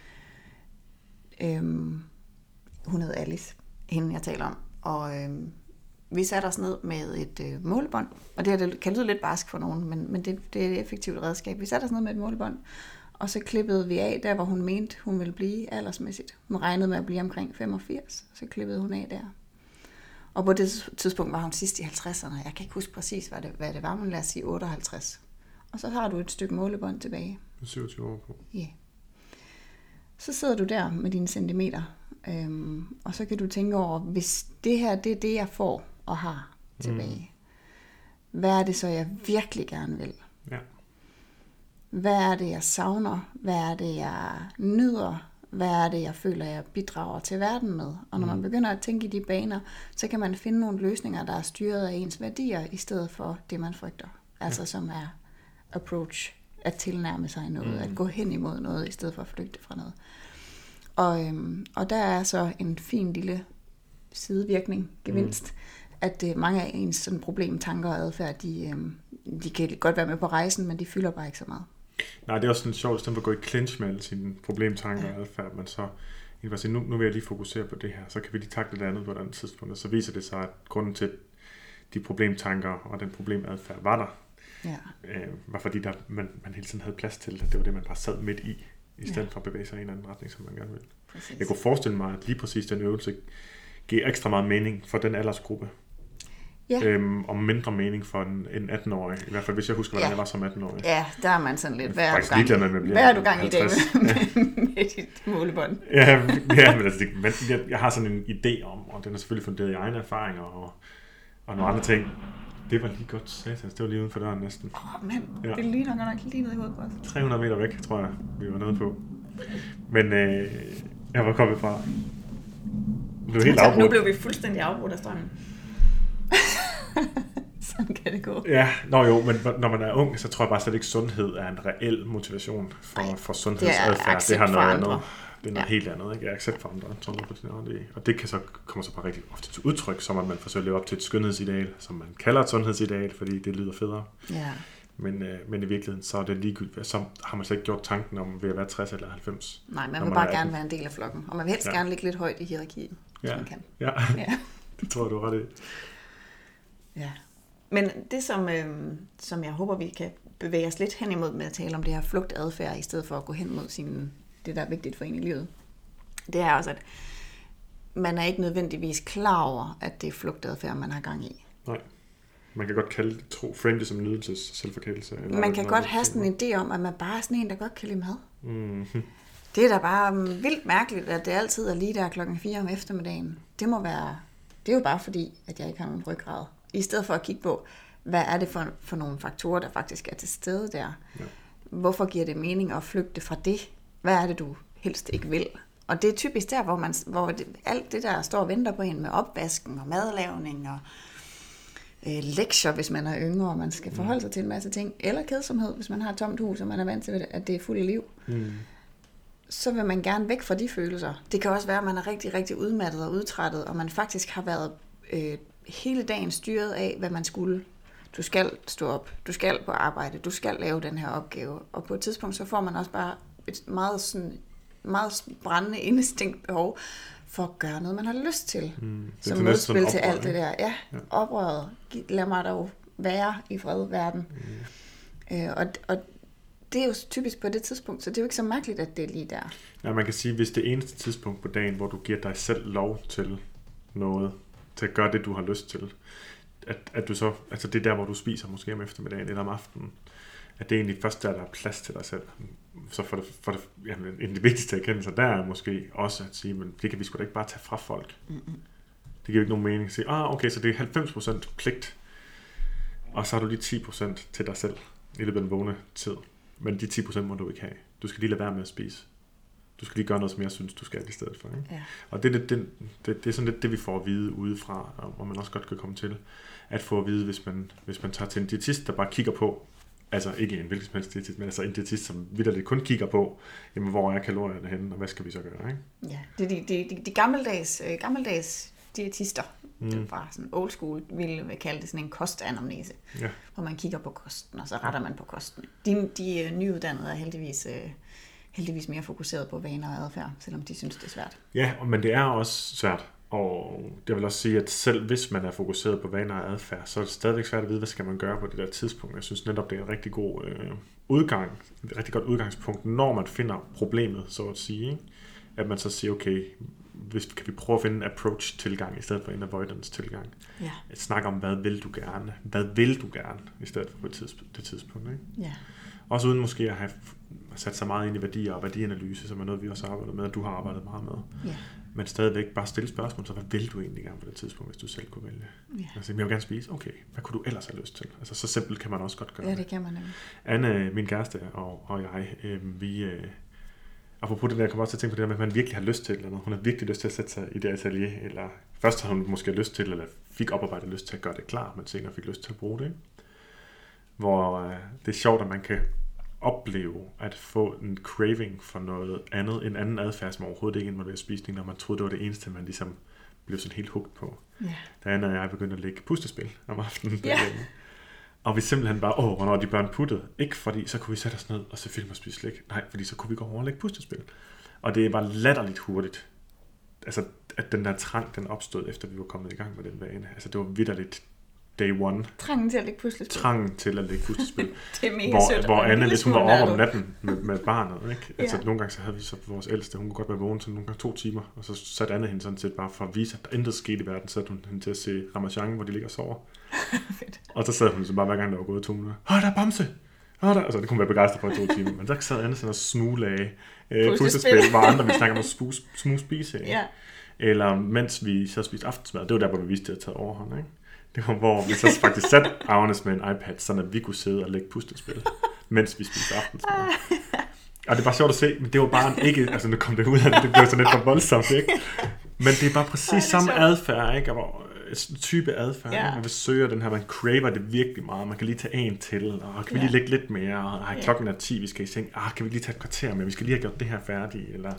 Hun hed Alice, hende jeg taler om, og vi satte os ned med et målebånd, og det kan lyde lidt barsk for nogen, men det er et effektivt redskab. Vi satte os ned med et målebånd, og så klippede vi af der, hvor hun mente, hun ville blive aldersmæssigt. Hun regnede med at blive omkring 85, så klippede hun af der. Og på det tidspunkt var hun sidst i 50'erne. Jeg kan ikke huske præcis, hvad det var, men lad os sige 58. Og så har du et stykke målebånd tilbage. 27 år på. Ja. Så sidder du der med dine centimeter, og så kan du tænke over, hvis det her, det er det, jeg får og har tilbage. Hvad er det så, jeg virkelig gerne vil? Ja. Hvad er det, jeg savner? Hvad er det, jeg nyder? Hvad er det, jeg føler, jeg bidrager til verden med? Og når man begynder at tænke i de baner, så kan man finde nogle løsninger, der er styret af ens værdier, i stedet for det, man frygter. Altså som er approach, at tilnærme sig noget, at gå hen imod noget, i stedet for at flygte fra noget. Og der er så en fin lille sidevirkning, gevinst, at mange af ens sådan problemtanker og adfærd, de kan godt være med på rejsen, men de fylder bare ikke så meget. Nej, det er også sådan sjovt, at gå i clinch med alle sine problemtanker og adfærd, men så sige, nu vil jeg lige fokusere på det her, så kan vi lige takle det andet på et andet tidspunkt, og så viser det sig, at grunden til, at de problemtanker og den problemadfærd var der, var fordi man hele tiden havde plads til, at det var det, man bare sad midt i stedet for at bevæge sig i en anden retning, som man gerne vil. Præcis. Jeg kunne forestille mig, at lige præcis den øvelse giver ekstra meget mening for den aldersgruppe, og mindre mening for en 18-årig, i hvert fald hvis jeg husker, hvordan jeg var som 18-årig. Ja, der er man sådan lidt, hvad er du gang i dag med dit målebånd? Men jeg har sådan en idé om, og den er selvfølgelig funderet i egne erfaringer og nogle andre ting. Det var lige godt satans, det var lige uden for døren næsten. Det ligner godt nok lige nede i hovedet på os. 300 meter væk, tror jeg, vi var nede på. Men jeg var kommet fra. Nu blev vi fuldstændig afbrudt af strømmen. Sådan kan det gå. Ja, men når man er ung, så tror jeg bare slet ikke, sundhed er en reel motivation for sundhedsadfærd. Det har noget andet. Det er noget helt andet, ikke? Jeg er accept for andre. Og det kan så komme så bare rigtig ofte til udtryk, som at man forsøger at leve op til et skønhedsideal, som man kalder et sundhedsideal, fordi det lyder federe. Ja. Men i virkeligheden, så er det ligegyldigt. Så har man slet ikke gjort tanken om ved at være 60 eller 90. Nej, man vil bare gerne være en del af flokken. Og man vil helst gerne ligge lidt højt i hierarkiet, hvis man kan. Ja. Det tror jeg, du har ret i. Ja. Men det, som jeg håber, vi kan bevæge os lidt hen imod med at tale om det her flugtadfærd, i stedet for at gå hen mod det, der er vigtigt for en i livet, det er også, at man er ikke nødvendigvis klar over, at det er flugtadfærd, man har gang i. Nej. Man kan godt kalde det, frame det som nydelses selvforkælelse. Man kan godt have sådan en idé om, at man bare er sådan en, der godt kan lide mad. Mm-hmm. Det er da bare vildt mærkeligt, at det altid er lige der 4:00 om eftermiddagen. Det er jo bare fordi, at jeg ikke har nogen ryggrad. I stedet for at kigge på, hvad er det for nogle faktorer, der faktisk er til stede der. Ja. Hvorfor giver det mening at flygte fra det? Hvad er det, du helst ikke vil? Og det er typisk der, hvor alt det der står og venter på en med opvasken og madlavning og lektier, hvis man er yngre, og man skal forholde sig til en masse ting, eller kedsomhed, hvis man har et tomt hus, og man er vant til, at det er fuld af liv. Så vil man gerne væk fra de følelser. Det kan også være, at man er rigtig, rigtig udmattet og udtrættet, og man faktisk har været hele dagen styret af, hvad man skulle. Du skal stå op, du skal på arbejde, du skal lave den her opgave. Og på et tidspunkt, så får man også bare et meget brændende instinkt behov for at gøre noget, man har lyst til. Som modspil til alt det der. Ja, oprøret. Lad mig dog være i fred verden. Og det er jo typisk på det tidspunkt, så det er jo ikke så mærkeligt, at det er lige der. Ja, man kan sige, hvis det eneste tidspunkt på dagen, hvor du giver dig selv lov til noget, til at gøre det, du har lyst til, at du så, altså det er der, hvor du spiser måske om eftermiddagen eller om aftenen, at det er egentlig først der er plads til dig selv. Så for det vigtigste erkendelse, der er måske også at sige, men det kan vi sgu da ikke bare tage fra folk. Det giver jo ikke nogen mening at sige, okay, så det er 90% pligt, og så har du lige 10% til dig selv i løbet af den vågne tid. Men de 10% må du ikke have. Du skal lige lade være med at spise. Du skal lige gøre noget, som jeg synes, du skal i stedet for. Ikke? Ja. Og det er sådan lidt det, vi får at vide udefra, og man også godt kan komme til at få at vide, hvis man tager til en diætist, der bare kigger på, altså ikke en hvilken som helst diætist, men altså en diætist, som vitterligt kun kigger på, jamen, hvor er kalorierne henne, og hvad skal vi så gøre? Ikke? Ja, det er de gammeldags diætister, fra sådan old school, ville kalde det sådan en kostanamnese, hvor man kigger på kosten, og så retter man på kosten. De nyuddannede er heldigvis mere fokuseret på vaner og adfærd, selvom de synes, det er svært. Ja, men det er også svært, og det vil også sige, at selv hvis man er fokuseret på vaner og adfærd, så er det stadigvæk svært at vide, hvad skal man gøre på det der tidspunkt. Jeg synes netop, det er en rigtig god et rigtig godt udgangspunkt, når man finder problemet, så at sige, ikke? At man så siger, okay, kan vi prøve at finde en approach-tilgang, i stedet for en avoidance-tilgang. Ja. At snakke om, hvad vil du gerne, i stedet for på det tidspunkt. Ikke? Ja. Også uden måske at have sat sig meget ind i værdier og værdianalyse, som er noget, vi også arbejder med, og du har arbejdet meget med. Ja. Men stadigvæk bare stille spørgsmål, så hvad vil du egentlig gerne på det tidspunkt, hvis du selv kunne vælge? Ja. Altså, jeg vil gerne spise, okay, hvad kunne du ellers have lyst til? Altså, så simpelt kan man også godt gøre. Ja, det kan man nemlig. Anne, min kæreste og jeg, vi... Apropos det der, jeg kommer også til at tænke på det der med, at man virkelig har lyst til eller noget. Hun har virkelig lyst til at sætte sig i det atelier, eller først har hun måske lyst til, eller fik oparbejdet lyst til at gøre det klar, men senere fik lyst til at bruge det. Ikke? Hvor det er sjovt, at man kan opleve at få en craving for noget andet, en anden adfærd, som overhovedet ikke involverer spisning, når man troede, det var det eneste, man ligesom blev sådan helt hugt på. Ja. Da Anna og jeg begyndte at lægge puslespil om aftenen. Ja. Og vi simpelthen bare, hvornår de børn puttede. Ikke fordi, så kunne vi sætte os ned og se film og spise slik. Nej, fordi så kunne vi gå over og lægge puslespil. Og det var latterligt hurtigt. Altså, at den der trang, den opstod, efter vi var kommet i gang med den vane. Altså, det var vitterligt day one. Trangen til at lægge puslespil. Trangen til at lægge puslespil. Det er mega sødt. Hvor Anna, hvis hun var oppe om natten med barnet, ikke? Altså, Ja. nogle gange så havde vi så vores ældste, hun kunne godt være vågen til nogle gange 2 timer, og så satte Anna hende sådan set bare for at vise, at der intet skete i verden, så satte hun hende til at se Ramachan, hvor de ligger og sover. Fedt. Og så sad hun så bare hver gang, der var gået 2 minutter. Der er Bamse! Altså, det kunne være begejstret for i 2 timer, men der sad Anna sådan og smuglagde puslespil, hvor andre vi snakker om at smug spise. Ja. Eller mens vi så spiste aftensmad, det var der, hvor vi vidste, at det havde taget overhånd, ikke? Det var, hvor vi så faktisk satte Agnes med en iPad, sådan at vi kunne sidde og lægge puslespil, mens vi spiste aftensmad. Og det er bare sjovt at se, men det var bare ikke, altså nu kom det ud af det blev sådan lidt for voldsomt, ikke? Men det er bare præcis samme adfærd, ikke? Og type adfærd, Ja. man vil søge den her, man craver det virkelig meget, man kan lige tage en til, og kan vi lige lægge lidt mere, og klokken er 10, vi skal i seng, kan vi lige tage et kvarter mere, vi skal lige have gjort det her færdigt, eller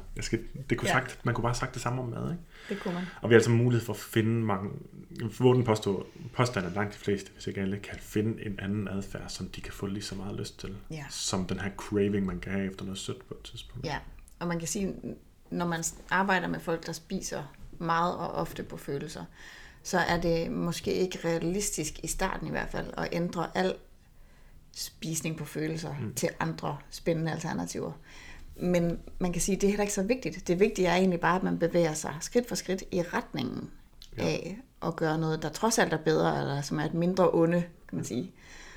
man kunne bare sagt det samme om mad, ikke? Det kunne man. Og vi har altså mulighed for at finde mange, hvor den påstand er langt de fleste, hvis ikke alle, kan finde en anden adfærd, som de kan få lige så meget lyst til, som den her craving, man kan have efter noget sødt på et tidspunkt. Ja, og man kan sige, når man arbejder med folk, der spiser meget og ofte på følelser, så er det måske ikke realistisk i starten i hvert fald at ændre al spisning på følelser til andre spændende alternativer. Men man kan sige, at det er heller ikke så vigtigt. Det vigtige er egentlig bare, at man bevæger sig skridt for skridt i retningen af at gøre noget, der trods alt er bedre, eller som er et mindre onde, kan man sige.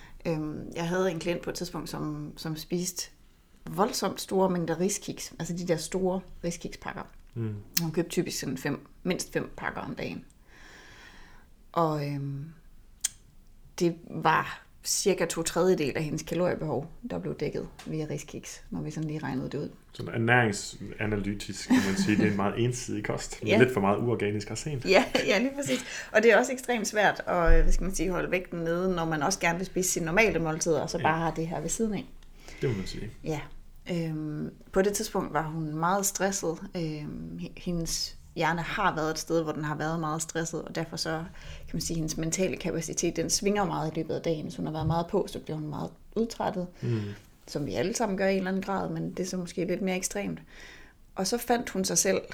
Jeg havde en klient på et tidspunkt, som spiste voldsomt store mængder riskiks, altså de der store riskikspakker. Hun købte typisk sådan mindst 5 pakker om dagen. Og det var cirka 2/3 af hendes kaloriebehov, der blev dækket via riskiks, når vi sådan lige regnede det ud. Sådan ernæringsanalytisk, kan man sige, det er en meget ensidig kost. Ja. Lidt for meget uorganisk og sent. Ja, lige præcis. Og det er også ekstremt svært at holde vægten nede, når man også gerne vil spise sine normale måltider, og så bare har det her ved siden af. Det må man sige. Ja. På det tidspunkt var hun meget stresset. Hendes hjerne har været et sted, hvor den har været meget stresset, og derfor så kan man sige, at hendes mentale kapacitet, den svinger meget i løbet af dagen. Hvis hun har været meget på, så bliver hun meget udtrættet, som vi alle sammen gør i en eller anden grad, men det er så måske lidt mere ekstremt. Og så fandt hun sig selv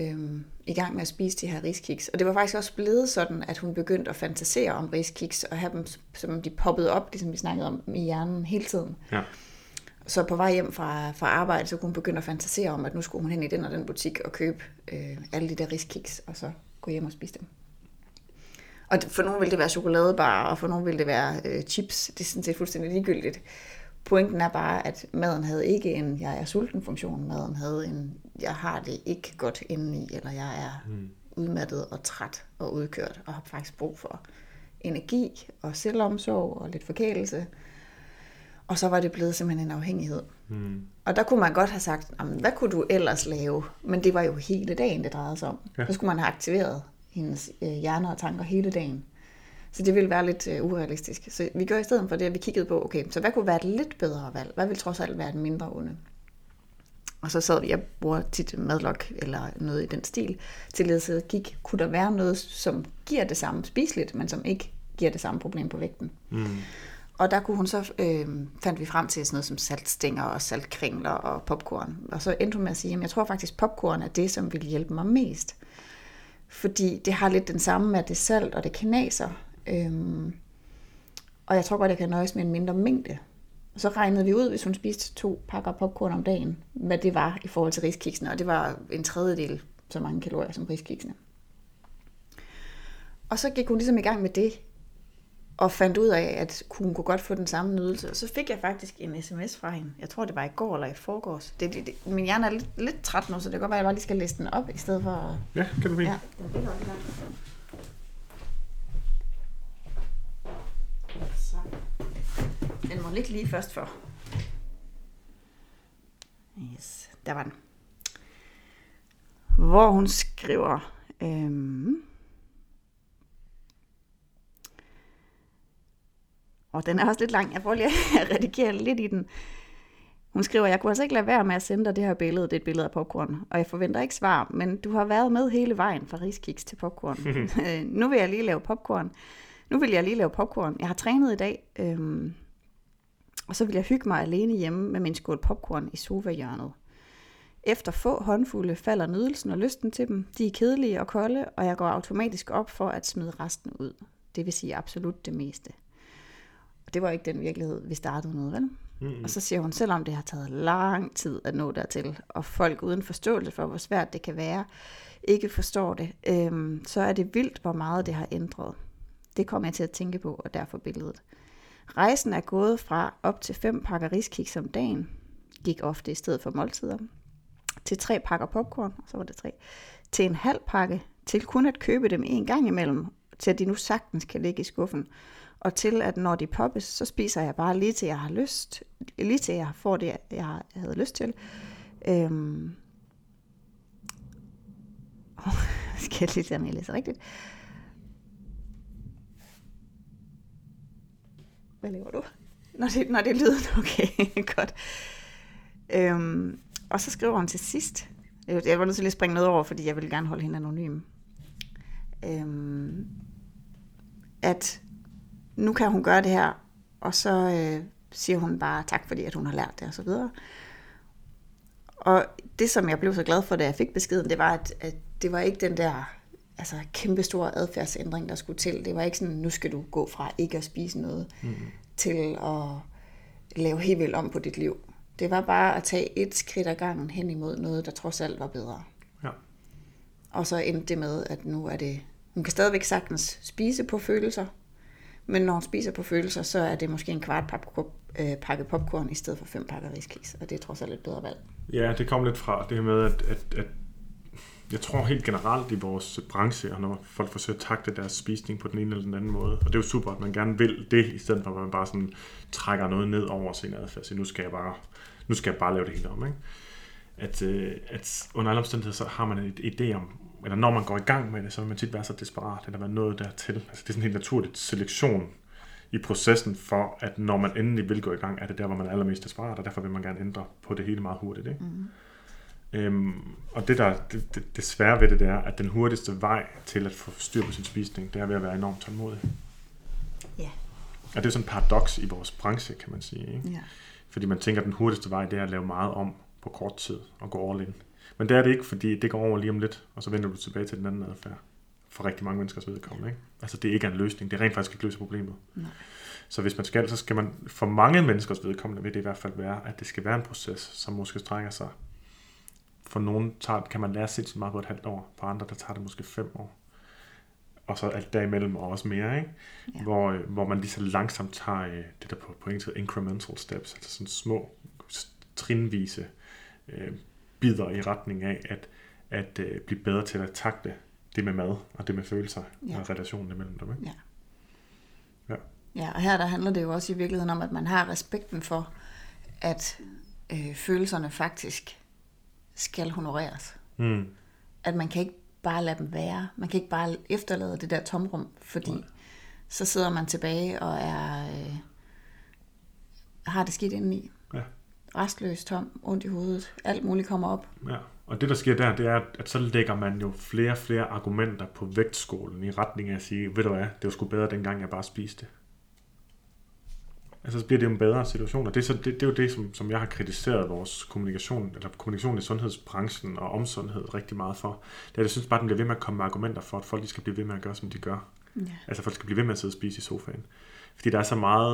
i gang med at spise de her riskiks, og det var faktisk også blevet sådan, at hun begyndte at fantasere om riskiks, og have dem, som de poppede op, ligesom vi snakkede om, i hjernen hele tiden. Ja. Så på vej hjem fra arbejde, så kunne hun begynde at fantasere om, at nu skulle hun hen i den og den butik og købe alle de der riskiks, og så gå hjem og spise dem. Og for nogen ville det være chokoladebar, og for nogen ville det være chips. Det er sådan set fuldstændig ligegyldigt. Pointen er bare, at maden havde ikke en jeg er sulten funktion. Maden havde en jeg har det ikke godt indeni, eller jeg er udmattet og træt og udkørt, og har faktisk brug for energi og selvomsorg og lidt forkælelse. Og så var det blevet simpelthen en afhængighed. Og der kunne man godt have sagt, hvad kunne du ellers lave? Men det var jo hele dagen, det drejede sig om. Ja. Så skulle man have aktiveret hendes hjerner og tanker hele dagen. Så det ville være lidt urealistisk. Så vi gør i stedet for det, at vi kiggede på, okay, så hvad kunne være et lidt bedre valg? Hvad ville trods alt være et mindre onde? Og så sad vi, jeg bruger tit madlok eller noget i den stil, til at kigge, kunne der være noget, som giver det samme spiseligt, men som ikke giver det samme problem på vægten? Og der kunne hun så, fandt vi frem til sådan noget som saltstænger og saltkringler og popcorn. Og så endte hun med at sige, at jeg tror faktisk, popcorn er det, som ville hjælpe mig mest. Fordi det har lidt den samme med, at det er salt og det knaser. Og jeg tror godt, jeg kan nøjes med en mindre mængde. Og så regnede vi ud, hvis hun spiste 2 pakker popcorn om dagen, hvad det var i forhold til riskiksene. Og det var 1/3 så mange kalorier som riskiksene. Og så gik hun ligesom i gang med det, og fandt ud af, at hun kunne godt få den samme nydelse. Og så fik jeg faktisk en sms fra hende. Jeg tror, det var i går eller i forgårs. Min hjerne er lidt træt nu, så det kan godt være, at jeg bare lige skal læse den op, i stedet for at... Ja, kan du fint. Ja, det er godt. Så. Den må ligge lige først for. Yes, der var den. Hvor hun skriver... Og den er også lidt lang. Jeg prøver lige at redigere lidt i den. Hun skriver, jeg kunne altså ikke lade være med at sende dig det her billede. Det er et billede af popcorn, og jeg forventer ikke svar, men du har været med hele vejen fra riskiks til popcorn. Nu vil jeg lige lave popcorn. Jeg har trænet i dag, og så vil jeg hygge mig alene hjemme med min skål popcorn i sofa-hjørnet. Efter få håndfulde falder nydelsen og lysten til dem. De er kedelige og kolde, og jeg går automatisk op for at smide resten ud. Det vil sige absolut det meste. Og det var ikke den virkelighed, vi startede med, vel? Mm-hmm. Og så siger hun, selvom det har taget lang tid at nå dertil, og folk uden forståelse for, hvor svært det kan være, ikke forstår det, så er det vildt, hvor meget det har ændret. Det kommer jeg til at tænke på, og derfor billedet. Rejsen er gået fra op til 5 pakker riskiks om dagen, gik ofte i stedet for måltider, til 3 pakker popcorn, og så var det 3, til en halv pakke, til kun at købe dem en gang imellem, til at de nu sagtens kan ligge i skuffen, og til at når de poppes, så spiser jeg bare lige til jeg har lyst, lige til jeg får det, jeg havde lyst til. Skal jeg lige se, om jeg læser rigtigt? Hvad laver du? Når det lyder, okay, godt. Og så skriver hun til sidst, jeg var nødt til at springe noget over, fordi jeg ville gerne holde hende anonym, at nu kan hun gøre det her, og så siger hun bare tak, fordi at hun har lært det, og så videre. Og det, som jeg blev så glad for, da jeg fik beskeden, det var, at det var ikke den der kæmpestore adfærdsændring, der skulle til. Det var ikke sådan, nu skal du gå fra ikke at spise noget, til at lave helt vildt om på dit liv. Det var bare at tage et skridt ad gangen hen imod noget, der trods alt var bedre. Ja. Og så endte det med, at nu er det... Hun kan stadigvæk sagtens spise på følelser, men når hun spiser på følelser, så er det måske en kvart pakke popcorn i stedet for 5 pakker riskiks, og det er trods alt et bedre valg. Ja, det kom lidt fra det her med, at jeg tror helt generelt i vores branche, og når folk forsøger at takte deres spisning på den ene eller den anden måde, og det er jo super, at man gerne vil det, i stedet for at man bare sådan trækker noget ned over sin adfærd, så nu skal jeg bare lave det hele om, ikke? At under alle omstændigheder, så har man en idé om, eller når man går i gang med det, så vil man tit være så desperat, eller være noget dertil. Altså det er sådan en helt naturligt selektion i processen for, at når man endelig vil gå i gang, er det der, hvor man er allermest desperat, og derfor vil man gerne ændre på det hele meget hurtigt, ikke? Og det svære ved det er, at den hurtigste vej til at få styr på sin spisning, det er ved at være enormt tålmodig. Ja. Og det er sådan en paradoks i vores branche, kan man sige, ikke? Ja. Fordi man tænker, at den hurtigste vej, det er at lave meget om på kort tid og gå all in. Men det er det ikke, fordi det går over lige om lidt, og så vender du tilbage til den anden adfærd. For rigtig mange menneskers vedkommende, ikke? Altså det er ikke en løsning, det er rent faktisk ikke løser problemet. Nej. Så hvis man skal, så skal man, for mange menneskers vedkommende, vil det i hvert fald være, at det skal være en proces, som måske strækker sig. For nogen kan man lære sindssygt meget på et halvt år, for andre der tager det måske 5 år. Og så alt derimellem og også mere, ikke? Ja. Hvor man lige så langsomt tager det der på engelsk incremental steps, altså sådan små trinvise bidder i retning af at blive bedre til at takle det med mad og det med følelser og relationen imellem dem, ikke? Ja. Ja, og her der handler det jo også i virkeligheden om, at man har respekten for, at følelserne faktisk skal honoreres. At man kan ikke bare lade dem være. Man kan ikke bare efterlade det der tomrum, fordi så sidder man tilbage og har det skidt indeni. Ja. Restløs, tom, ondt i hovedet. Alt muligt kommer op. Ja. Og det der sker der, det er, at så lægger man jo flere og flere argumenter på vægtskålen i retning af at sige, ved du hvad, det var sgu bedre dengang jeg bare spiste. Altså så bliver det jo en bedre situation, og det er jo det, som jeg har kritiseret vores kommunikation i sundhedsbranchen og om sundhed rigtig meget for. Det er, jeg synes bare, den bliver ved med at komme med argumenter for, at folk skal blive ved med at gøre, som de gør. Ja. Altså folk skal blive ved med at sidde og spise i sofaen. Fordi der er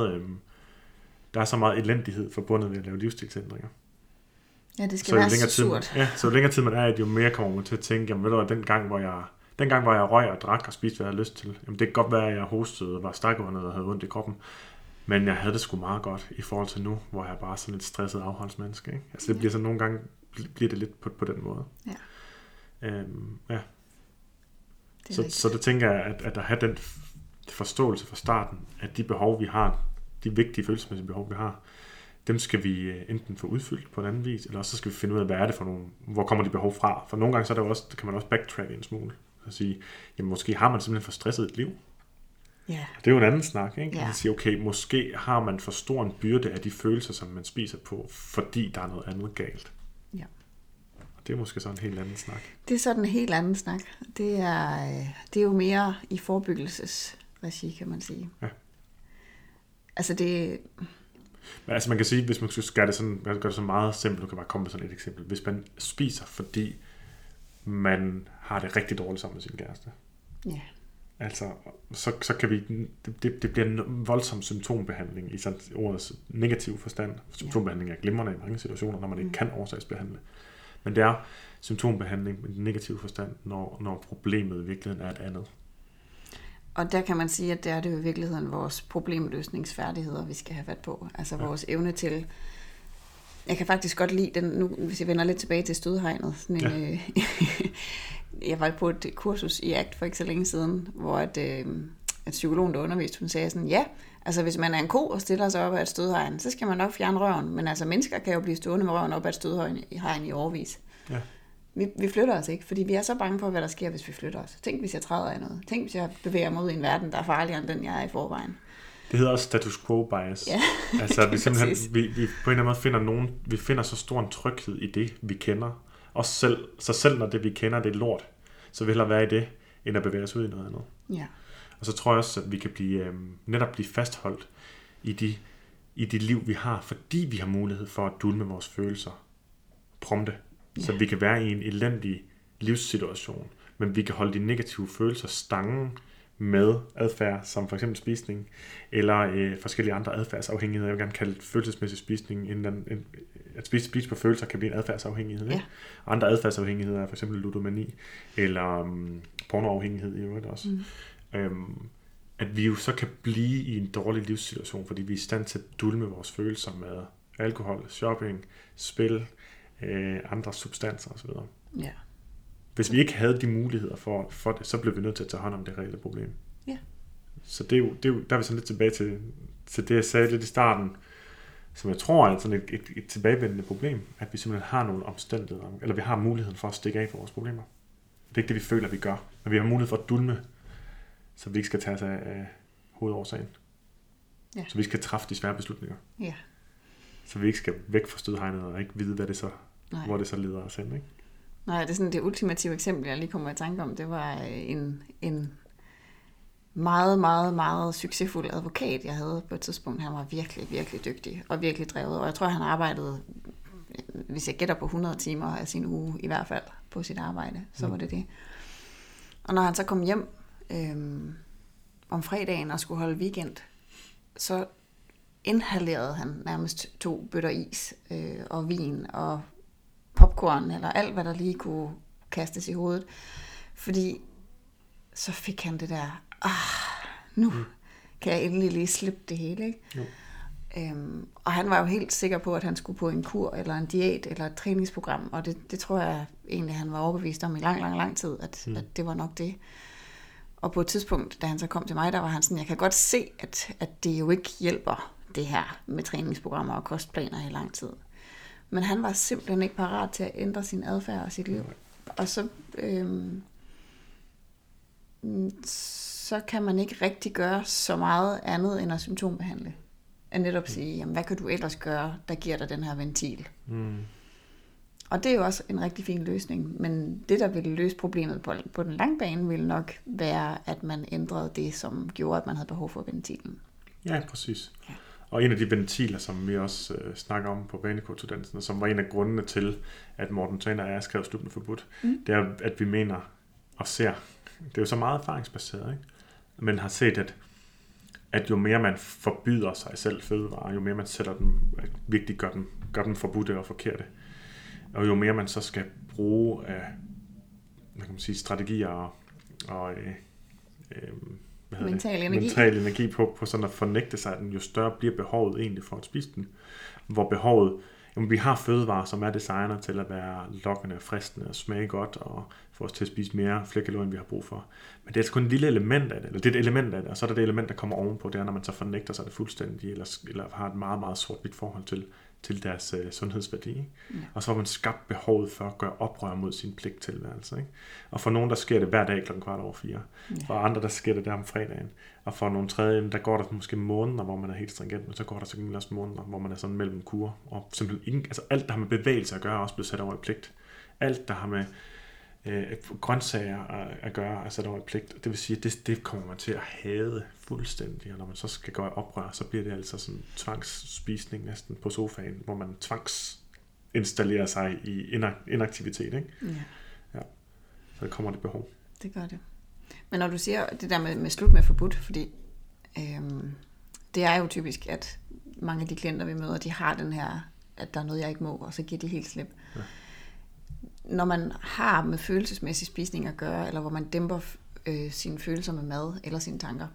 så meget elendighed forbundet ved at lave livsstilsændringer. Ja, det skal være så surt. Så jo længere tid man er, jo mere kommer man til at tænke, jamen ved du hvad, den gang, hvor jeg røg og drak og spiste, hvad jeg havde lyst til, jamen det kan godt være, at jeg hostede og var stakåndet og havde ondt i kroppen. Men jeg havde det sgu meget godt i forhold til nu, hvor jeg bare er sådan et stresset afholdsmenneske, ikke? Altså det bliver sådan nogle gange, bliver det lidt på den måde. Ja. Ja. Så det tænker jeg, at have den forståelse fra starten, at de behov, vi har, de vigtige følelsesmæssige behov, vi har, dem skal vi enten få udfyldt på en anden vis, eller også så skal vi finde ud af, hvad er det for nogle, hvor kommer de behov fra? For nogle gange så er det også, kan man også backtracke en smule og sige, jamen måske har man simpelthen for stresset et liv. Ja. Det er jo en anden snak, ikke? Ja. Man siger, okay, måske har man for stor en byrde af de følelser, som man spiser på, fordi der er noget andet galt. Ja. Og det er måske så en helt anden snak. Det er sådan en helt anden snak. Det er jo mere i forebyggelsesregi, kan man sige. Ja. Altså det... Men altså man kan sige, hvis man skal gøre det så meget simpelt, du kan bare komme med sådan et eksempel. Hvis man spiser, fordi man har det rigtig dårligt sammen med sin kæreste. Ja. Altså, så kan vi... Det bliver en voldsom symptombehandling i sådan ordets negative forstand. Symptombehandling er glimrende i mange situationer, når man ikke kan årsagsbehandle. Men det er symptombehandling i den negative forstand, når problemet i virkeligheden er et andet. Og der kan man sige, at det er det jo i virkeligheden vores problemløsningsfærdigheder, vi skal have fat på. Altså vores evne til... Jeg kan faktisk godt lide den, nu hvis jeg vender lidt tilbage til stødhegnet. Jeg var på et kursus i ACT for ikke så længe siden, hvor at psykologen, der underviste, hun sagde sådan, ja, altså hvis man er en ko og stiller sig op af et stødhegn, så skal man nok fjerne røven. Men altså mennesker kan jo blive stående med røven op af et stødhegn i årevis. Ja. Vi flytter os ikke, fordi vi er så bange for, hvad der sker, hvis vi flytter os. Tænk, hvis jeg træder af noget. Tænk, hvis jeg bevæger mig ud i en verden, der er farligere end den, jeg er i forvejen. Det hedder også status quo bias. Ja. Altså vi simpelthen, vi på en eller anden måde finder vi finder så stor en tryghed i det, vi kender. Også selv når det, vi kender, det er lort, så vil hellere være i det, end at bevæge os ud i noget andet. Ja. Og så tror jeg også, at vi kan netop blive fastholdt i de liv, vi har, fordi vi har mulighed for at dulme vores følelser prompte. Så vi kan være i en elendig livssituation, men vi kan holde de negative følelser stangen med adfærd, som for eksempel spisning, eller forskellige andre adfærdsafhængigheder. Jeg vil gerne kalde det følelsesmæssig spisning. At spise på følelser kan blive en adfærdsafhængighed. Ja. Andre adfærdsafhængigheder er for eksempel ludomani, eller pornoafhængighed i øvrigt også. At vi jo så kan blive i en dårlig livssituation, fordi vi er i stand til at dulme vores følelser med alkohol, shopping, spil, andre substanser osv. Ja. Hvis vi ikke havde de muligheder for det, så blev vi nødt til at tage hånd om det reelle problem. Ja. Så det er jo, der er vi sådan lidt tilbage til det, jeg sagde lidt i starten, som jeg tror er sådan et tilbagevendende problem, at vi simpelthen har nogle omstændigheder, eller vi har muligheden for at stikke af for vores problemer. Det er ikke det, vi føler, vi gør, men vi har mulighed for at dulme, så vi ikke skal tage os af hovedårsagen. Ja. Så vi skal træffe de svære beslutninger. Ja. Så vi ikke skal væk fra stødhegnet og ikke vide, hvad det så, hvor det så leder os hen, ikke? Nej, det er sådan det ultimative eksempel, jeg lige kommer i tanke om. Det var en meget, meget, meget succesfuld advokat, jeg havde på et tidspunkt. Han var virkelig, virkelig dygtig og virkelig drevet. Og jeg tror, han arbejdede, hvis jeg gætter på 100 timer af sin uge, i hvert fald på sit arbejde, så var det. Og når han så kom hjem om fredagen og skulle holde weekend, så inhalerede han nærmest 2 bøtter is og vin og popcorn, eller alt, hvad der lige kunne kastes i hovedet. Fordi så fik han det der, nu kan jeg endelig lige slippe det hele, ikke? Og han var jo helt sikker på, at han skulle på en kur, eller en diæt, eller et træningsprogram, og det tror jeg egentlig, han var overbevist om i lang tid, at det var nok det. Og på et tidspunkt, da han så kom til mig, der var han sådan, jeg kan godt se, at det jo ikke hjælper, det her med træningsprogrammer og kostplaner i lang tid. Men han var simpelthen ikke parat til at ændre sin adfærd og sit liv. Og så kan man ikke rigtig gøre så meget andet end at symptombehandle. At netop sige, jamen, hvad kan du ellers gøre, der giver dig den her ventil? Og det er jo også en rigtig fin løsning. Men det, der ville løse problemet på den lange bane, ville nok være, at man ændrede det, som gjorde, at man havde behov for ventilen. Ja, præcis. Ja. Og en af de ventiler, som vi også snakker om på Vanecoach-uddannelsen, som var en af grundene til, at Morten Thaner og jeg skrev Slutende Forbudt, det er, at vi mener og ser, det er jo så meget erfaringsbaseret, ikke? Men har set, at jo mere man forbyder sig selv fødevarer, jo mere man sætter dem, virkelig gør dem forbudte og forkerte, og jo mere man så skal bruge af, hvad kan man sige, strategier og mental energi på sådan at fornægte sig, at jo større bliver behovet egentlig for at spise den. Hvor behovet, jamen vi har fødevarer, som er designet til at være lokkende, fristende og smage godt, og få os til at spise flere kalorier, end vi har brug for. Men det er altså kun et lille element af det, eller det er et element af det, og så er der det element, der kommer ovenpå, det er, når man så fornægter sig det fuldstændig, eller har et meget, meget sort-hvidt forhold til deres sundhedsværdi. Ikke? Ja. Og så har man skabt behovet for at gøre oprør mod sin pligttilværelse. Ikke? Og for nogen, der sker det hver dag kl. 4:15. Ja. For andre, der sker det der om fredagen. Og for nogle tredje, der går der måske måneder, hvor man er helt stringent, men så går der så også måneder, hvor man er sådan mellem kurer. Og simpelthen alt, der har med bevægelse at gøre, er også blevet sat over i pligt. Alt, der har med grøntsager at gøre, er sat over i pligt. Det vil sige, at det kommer man til at hade fuldstændig, og når man så skal gøre oprør, så bliver det altså sådan tvangsspisning næsten på sofaen, hvor man tvangsinstallerer sig i inaktivitet, ikke? Ja. Så det kommer det behov. Det gør det. Men når du siger det der med slut med forbudt, fordi det er jo typisk, at mange af de klienter, vi møder, de har den her, at der er noget, jeg ikke må, og så giver de helt slip. Ja. Når man har med følelsesmæssig spisning at gøre, eller hvor man dæmper sine følelser med mad eller sine tanker,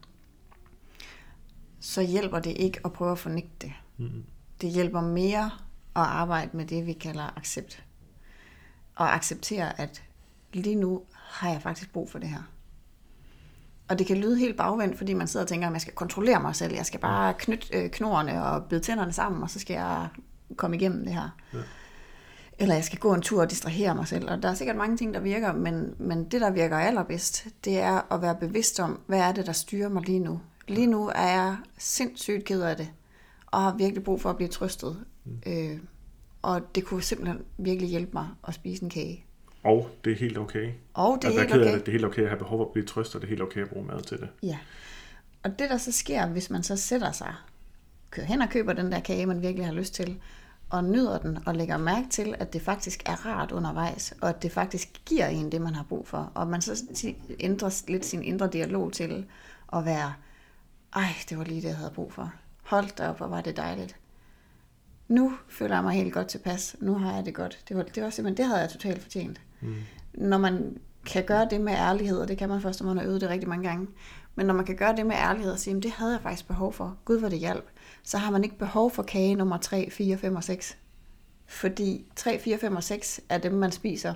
så hjælper det ikke at prøve at fornægte det. Mm-hmm. Det hjælper mere at arbejde med det, vi kalder accept. Og acceptere, at lige nu har jeg faktisk brug for det her. Og det kan lyde helt bagvendt, fordi man sidder og tænker, at jeg skal kontrollere mig selv. Jeg skal bare knytte knorrene og bide tænderne sammen, og så skal jeg komme igennem det her. Ja. Eller jeg skal gå en tur og distrahere mig selv. Og der er sikkert mange ting, der virker, men det, der virker allerbedst, det er at være bevidst om, hvad er det, der styrer mig lige nu. Lige nu er jeg sindssygt ked af det, og har virkelig brug for at blive trøstet. Og det kunne simpelthen virkelig hjælpe mig at spise en kage. Og det er helt okay. Og det er helt okay. Det er helt okay at have behov for at blive trøstet, og det er helt okay at bruge mad til det. Ja. Og det, der så sker, hvis man så sætter sig, kører hen og køber den der kage, man virkelig har lyst til, og nyder den, og lægger mærke til, at det faktisk er rart undervejs, og at det faktisk giver en det, man har brug for. Og man så ændrer lidt sin indre dialog til at være, det var lige det, jeg havde brug for. Hold da op, hvor var det dejligt. Nu føler jeg mig helt godt tilpas. Nu har jeg det godt. Det var simpelthen, det havde jeg totalt fortjent. Når man kan gøre det med ærlighed, og det kan man først, når man har øvet det rigtig mange gange, men når man kan gøre det med ærlighed og sige, det havde jeg faktisk behov for, Gud hvor det hjalp, så har man ikke behov for kage nummer 3, 4, 5 og 6. Fordi 3, 4, 5 og 6 er dem, man spiser.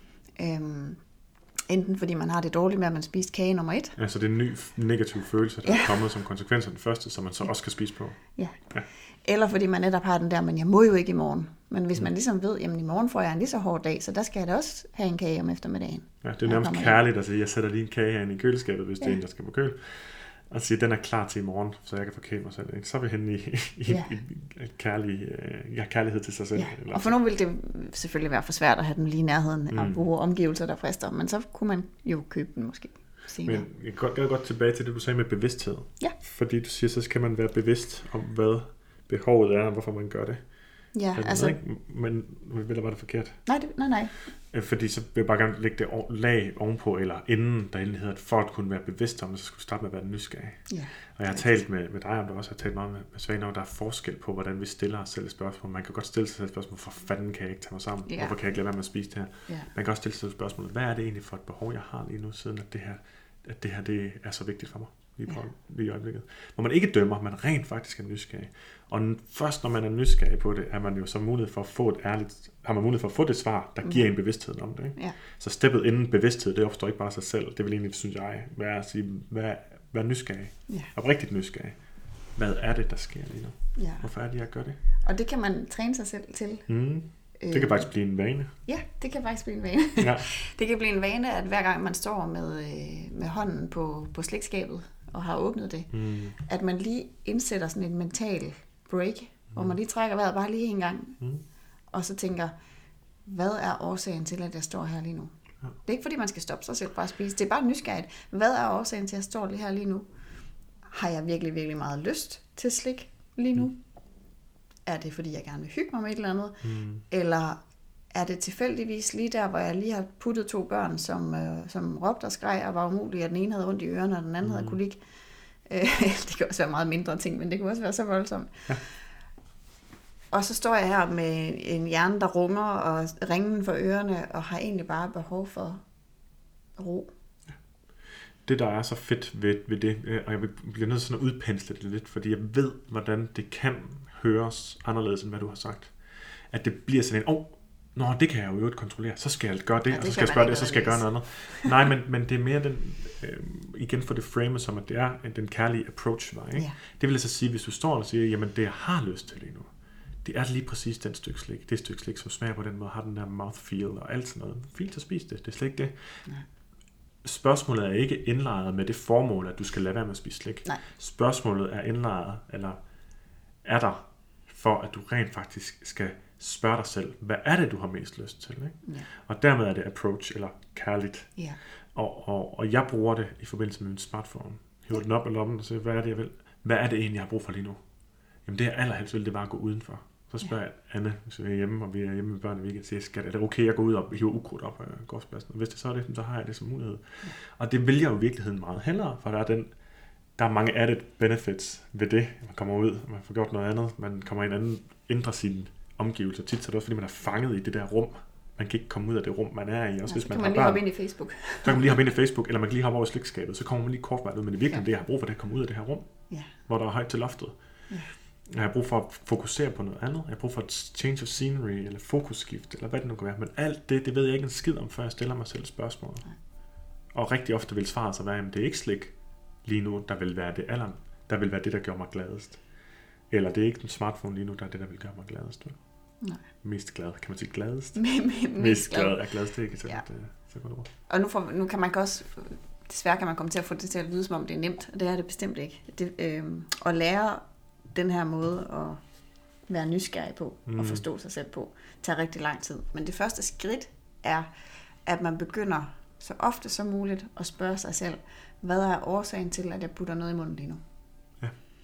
Enten fordi man har det dårligt med, at man spiste kage nummer 1. Ja, så det er en ny negativ følelse, der er kommet som konsekvens af den første, som man så også kan spise på. Ja. Eller fordi man netop har den der, men jeg må jo ikke i morgen. Men hvis man ligesom ved, jamen i morgen får jeg en lige så hård dag, så der skal jeg da også have en kage om eftermiddagen. Ja, det er nærmest kærligt at sige, jeg sætter lige en kage herinde i køleskabet, hvis det er en, der skal på køl. Og sige, den er klar til i morgen, så jeg kan forkæle mig selv. Så er vi henne i kærlighed til sig selv. Ja. Og for nogen vil det selvfølgelig være for svært at have den lige i nærheden af gode omgivelser, der frister. Men så kunne man jo købe den måske senere. Men jeg går godt tilbage til det, du sagde med bevidsthed. Ja. Fordi du siger, så skal man være bevidst om, hvad behovet er, og hvorfor man gør det. Ja, altså... Men var det forkert? Nej. Fordi så vil jeg bare gerne lægge det lag ovenpå, eller inden der egentlig hedder, at for at kunne være bevidst om det, så skulle du starte med at være nysgerrig. Ja. Og jeg har talt med dig om det også, jeg har talt meget med Svane om, der er forskel på, hvordan vi stiller os selv et spørgsmål. Man kan godt stille sig selv et spørgsmål, for fanden kan jeg ikke tage mig sammen? Ja. Hvorfor kan jeg ikke lade være med at spise det her? Ja. Man kan også stille sig et spørgsmål, hvad er det egentlig for et behov, jeg har lige nu, siden at det her det er så vigtigt for mig lige i øjeblikket. Hvor man ikke dømmer, man rent faktisk er nysgerrig. Og først når man er nysgerrig på det, er man jo så mulighed for at få det svar, der giver en bevidsthed om det. Ikke? Ja. Så steppet inden bevidsthed, det opstår ikke bare sig selv. Det vil egentlig, synes jeg, være at sige, vær nysgerrig. Ja. Oprigtigt nysgerrig. Hvad er det, der sker lige nu? Ja. Hvorfor er det, jeg gør det? Og det kan man træne sig selv til. Det kan faktisk blive en vane. Ja, det kan faktisk blive en vane. Ja. Det kan blive en vane, at hver gang man står med hånden på slikskabet og har åbnet det, at man lige indsætter sådan en mental break, hvor man lige trækker vejret bare lige en gang, og så tænker, hvad er årsagen til, at jeg står her lige nu? Ja. Det er ikke fordi, man skal stoppe sig selv bare at spise. Det er bare nysgerrigt. Hvad er årsagen til, at jeg står lige her lige nu? Har jeg virkelig, virkelig meget lyst til slik lige nu? Er det, fordi jeg gerne vil hygge mig med et eller andet? Eller er det tilfældigvis lige der, hvor jeg lige har puttet 2 børn, som råbte og skreg og var umulige, at den ene havde ondt i ørerne, og den anden havde kolik? Det kan også være meget mindre ting, men det kan også være så voldsomt. Ja. Og så står jeg her med en hjerne, der runger og ringen for ørerne, og har egentlig bare behov for ro. Ja. Det, der er så fedt ved det, og jeg bliver nødt til at udpensle det lidt, fordi jeg ved, hvordan det kan høres anderledes, end hvad du har sagt. At det bliver sådan en, det kan jeg jo ikke kontrollere, så skal jeg gøre det, og så skal jeg spørge det, og så skal jeg gøre noget andet. Nej, men det er mere den, igen for det frame, som at det er den kærlige approach var. Ikke? Ja. Det vil altså sige, hvis du står og siger, jamen det jeg har lyst til lige nu, det er lige præcis den stykke slik. Det stykke slik, som smager på den måde, har den der mouthfeel og alt sådan noget. Fint at spise det. Det er slet ikke det. Nej. Spørgsmålet er ikke indlejret med det formål, at du skal lade være med at spise slik. Nej. Spørgsmålet er indlejret, eller er der, for at du rent faktisk skal spørge dig selv, hvad er det, du har mest lyst til? Ikke? Ja. Og dermed er det approach, eller kærligt. Ja. Og jeg bruger det i forbindelse med min smartphone. Hiver den op af lommen og siger, hvad er det, jeg vil? Hvad er det egentlig, jeg har brug for lige nu? Jamen det, jeg allerhelst vil, det var at gå udenfor. Så spørger jeg Anne, hvis vi er hjemme, og vi er hjemme med børnene, vi kan sige, er det okay, jeg går ud og hiver ukrudt op af gårdspladsen? Og hvis det så er det, så har jeg det som mulighed. Ja. Og det vil jeg jo i virkeligheden meget hellere, for der er mange added benefits ved det. Man kommer ud, og man får gjort noget andet, man kommer ind og ændrer sine omgivelser. Tit så er det også, fordi man er fanget i det der rum. Man kan ikke komme ud af det rum, man er i. Også hvis så man kan man lige hoppe ind i Facebook. Så kan man lige hoppe ind i Facebook, eller man kan lige hoppe over i slikskabet, så kommer man lige kortvarigt ud. Men det er virkelig det, jeg har brug for, det at komme ud af det her rum, hvor der er højt til loftet. Ja. Jeg har brug for at fokusere på noget andet. Jeg har brug for et change of scenery, eller fokusskift, eller hvad det nu kan være. Men alt det ved jeg ikke en skid om, før jeg stiller mig selv spørgsmål. Nej. Og rigtig ofte vil svaret så være, at det er ikke slik lige nu, der vil være det, der gør mig gladest. Eller det er ikke en smartphone lige nu, der er det, der vil gøre mig gladest. Nej. Mest glad. Kan man sige gladest? Mest glad er gladest. Det er ikke så godt ord. Og nu kan man også, desværre kan man komme til at få det til at lyde, som om det er nemt. Og det er det bestemt ikke. At lære den her måde at være nysgerrig på og forstå sig selv på, tager rigtig lang tid. Men det første skridt er, at man begynder så ofte som muligt at spørge sig selv, hvad er årsagen til, at jeg putter noget i munden lige nu? Ja.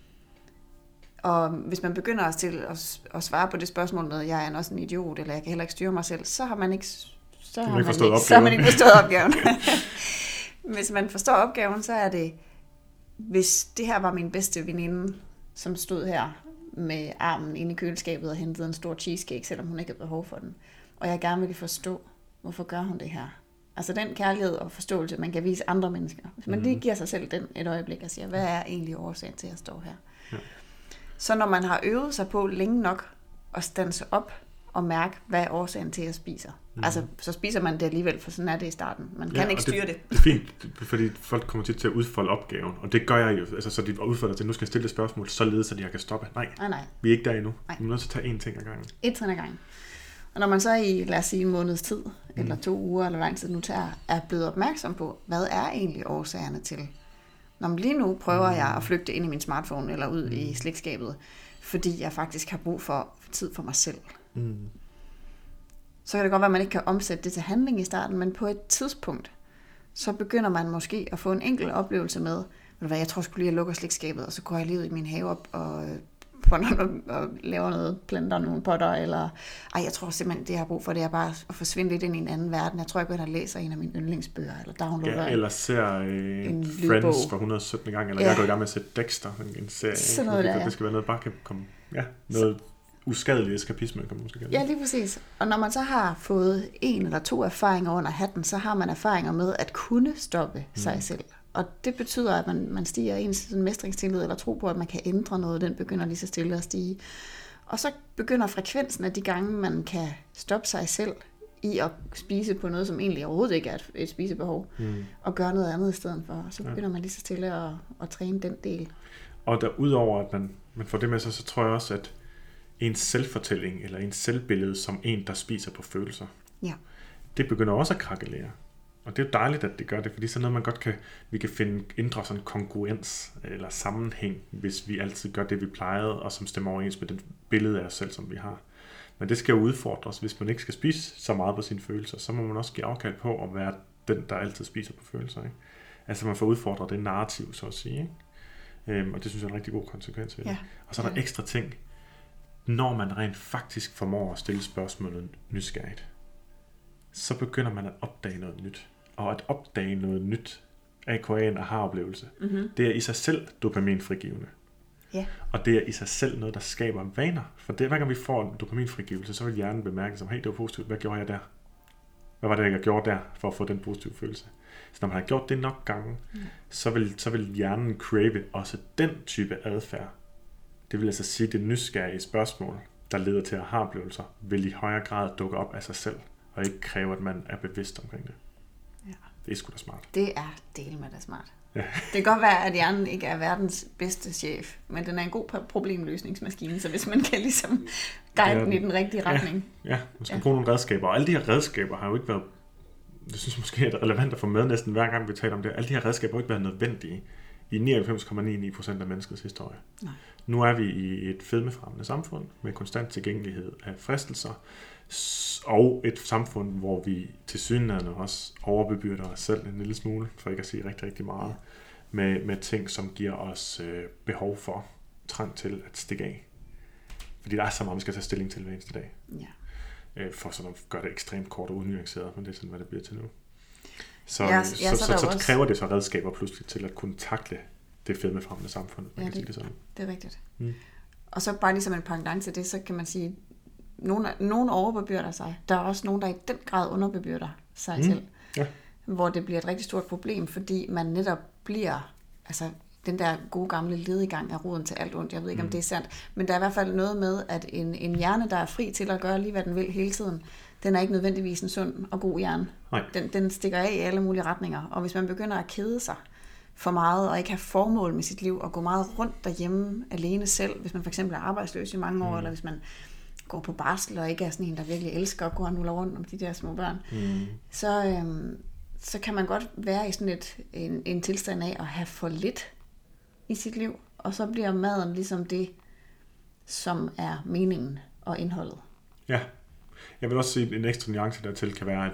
Og hvis man begynder at svare på det spørgsmål med, jeg er også en idiot, eller jeg kan heller ikke styre mig selv, så har man ikke forstået opgaven. Hvis man forstår opgaven, så er det, hvis det her var min bedste veninde, som stod her med armen inde i køleskabet og hentede en stor cheesecake, selvom hun ikke havde behov for den. Og jeg gerne ville forstå, hvorfor gør hun det her? Altså den kærlighed og forståelse, man kan vise andre mennesker. Hvis man lige giver sig selv den et øjeblik og siger, hvad er egentlig årsagen til, at jeg står her? Ja. Så når man har øvet sig på længe nok at standse op og mærke, hvad er årsagen til, at jeg spiser. Altså, så spiser man det alligevel, for sådan er det i starten. Man kan ikke styre det. Det er fint, fordi folk kommer til at udfolde opgaven, og det gør jeg jo. Altså, så de udfolder til, nu skal jeg stille et spørgsmål, således at jeg kan stoppe. Nej, vi er ikke der endnu. Vi er nødt til at tage én ting ad gangen. Et trin ad gangen. Og når man så i, lad os sige, en måneds tid, eller 2 uger, eller hvor lang tid nu tager, er blevet opmærksom på, hvad er egentlig årsagerne til? Når man lige nu prøver jeg at flygte ind i min smartphone, eller ud i slikskabet, fordi jeg faktisk har brug for tid for mig selv. Så kan det godt være, at man ikke kan omsætte det til handling i starten, men på et tidspunkt, så begynder man måske at få en enkelt oplevelse med, jeg tror sgu lige, at jeg lukker slikskabet, og så går jeg lige ud i min have op og laver noget, planter nogle potter, eller jeg tror simpelthen, det jeg har brug for, det er bare at forsvinde lidt ind i en anden verden. Jeg tror, jeg går ind og læser en af mine yndlingsbøger, eller downloader eller ser en Friends for 117. gang, eller jeg går i gang med at sætte Dexter, en serie. Sådan noget der, det skal være noget, bare kan komme, noget uskadelig eskapisme, kan man måske kalde det. Ja, lige præcis. Og når man så har fået 1 eller 2 erfaringer under hatten, så har man erfaringer med at kunne stoppe sig selv. Og det betyder, at man stiger ens mestringstillid, eller tro på, at man kan ændre noget, den begynder lige så stille at stige. Og så begynder frekvensen af de gange, man kan stoppe sig selv i at spise på noget, som egentlig overhovedet ikke er et spisebehov, og gøre noget andet i stedet for. Så begynder man lige så stille at træne den del. Og udover at man får det med sig, så tror jeg også, at ens selvfortælling, eller ens selvbillede som en, der spiser på følelser, det begynder også at krakelere. Og det er jo dejligt, at det gør det, fordi så noget, man godt vi kan ændre sådan kongruens eller sammenhæng, hvis vi altid gør det, vi plejede, og som stemmer overens med det billede af os selv, som vi har. Men det skal jo udfordres. Hvis man ikke skal spise så meget på sine følelser, så må man også give afkald på at være den, der altid spiser på følelser. Ikke? Altså man får udfordret det narrativ, så at sige. Ikke? Og det synes jeg er en rigtig god konsekvens ved det. Og så er der ekstra ting, når man rent faktisk formår at stille spørgsmålet nysgerrigt, så begynder man at opdage noget nyt. Og at opdage noget nyt, aka en aha-oplevelse, det er i sig selv dopaminfrigivende. Og det er i sig selv noget, der skaber vaner. For det, hver gang vi får en dopaminfrigivelse, så vil hjernen bemærke som, hey, det var positivt, hvad gjorde jeg der? Hvad var det, jeg gjorde der, for at få den positive følelse? Så når man har gjort det nok gange, så vil hjernen crave også den type adfærd. Det vil altså sige, at det nysgerrige spørgsmål, der leder til aha-oplevelser, vil i højere grad dukke op af sig selv, og ikke kræve, at man er bevidst omkring det. Det er sgu da smart. Det er del med det smart. Ja. Det kan godt være, at hjernen ikke er verdens bedste chef, men den er en god problemløsningsmaskine, så hvis man kan ligesom guide den i den rigtige retning. Ja, man skal bruge nogle redskaber, og alle de her redskaber har jo ikke været, det synes jeg måske er relevant at få med næsten hver gang vi taler om det, alle de her redskaber har ikke været nødvendige i 99,99% af menneskets historie. Nej. Nu er vi i et fedmefremmende samfund med konstant tilgængelighed af fristelser, og et samfund, hvor vi tilsyneladende også overbebyrder os selv en lille smule, for ikke at sige rigtig, rigtig meget, med ting, som giver os behov for, trang til at stikke af. Fordi der er så meget, vi skal tage stilling til hver eneste dag. Ja. For sådan at gøre det ekstremt kort og unuanceret, men det er sådan, hvad det bliver til nu. Så, så kræver det så redskaber pludselig til at kunne takle det fedmefremmende samfund. Ja, sige det sådan. Det er rigtigt. Og så bare ligesom en pendant til det, så kan man sige, nogen overbebyrder sig. Der er også nogen, der i den grad underbebyrder sig selv. Ja. Hvor det bliver et rigtig stort problem, fordi man netop bliver, altså den der gode gamle ledegang er roden til alt ondt. Jeg ved ikke, om det er sandt. Men der er i hvert fald noget med, at en hjerne, der er fri til at gøre lige, hvad den vil hele tiden, den er ikke nødvendigvis en sund og god hjerne. Den stikker af i alle mulige retninger. Og hvis man begynder at kede sig for meget, og ikke have formål med sit liv, og gå meget rundt derhjemme alene selv, hvis man for eksempel er arbejdsløs i mange år, eller hvis man går på barsel, og ikke er sådan en, der virkelig elsker at gå og nulle rundt om de der små børn, så kan man godt være i sådan en tilstand af at have for lidt i sit liv, og så bliver maden ligesom det, som er meningen og indholdet. Ja. Jeg vil også sige, en ekstra nuance dertil kan være,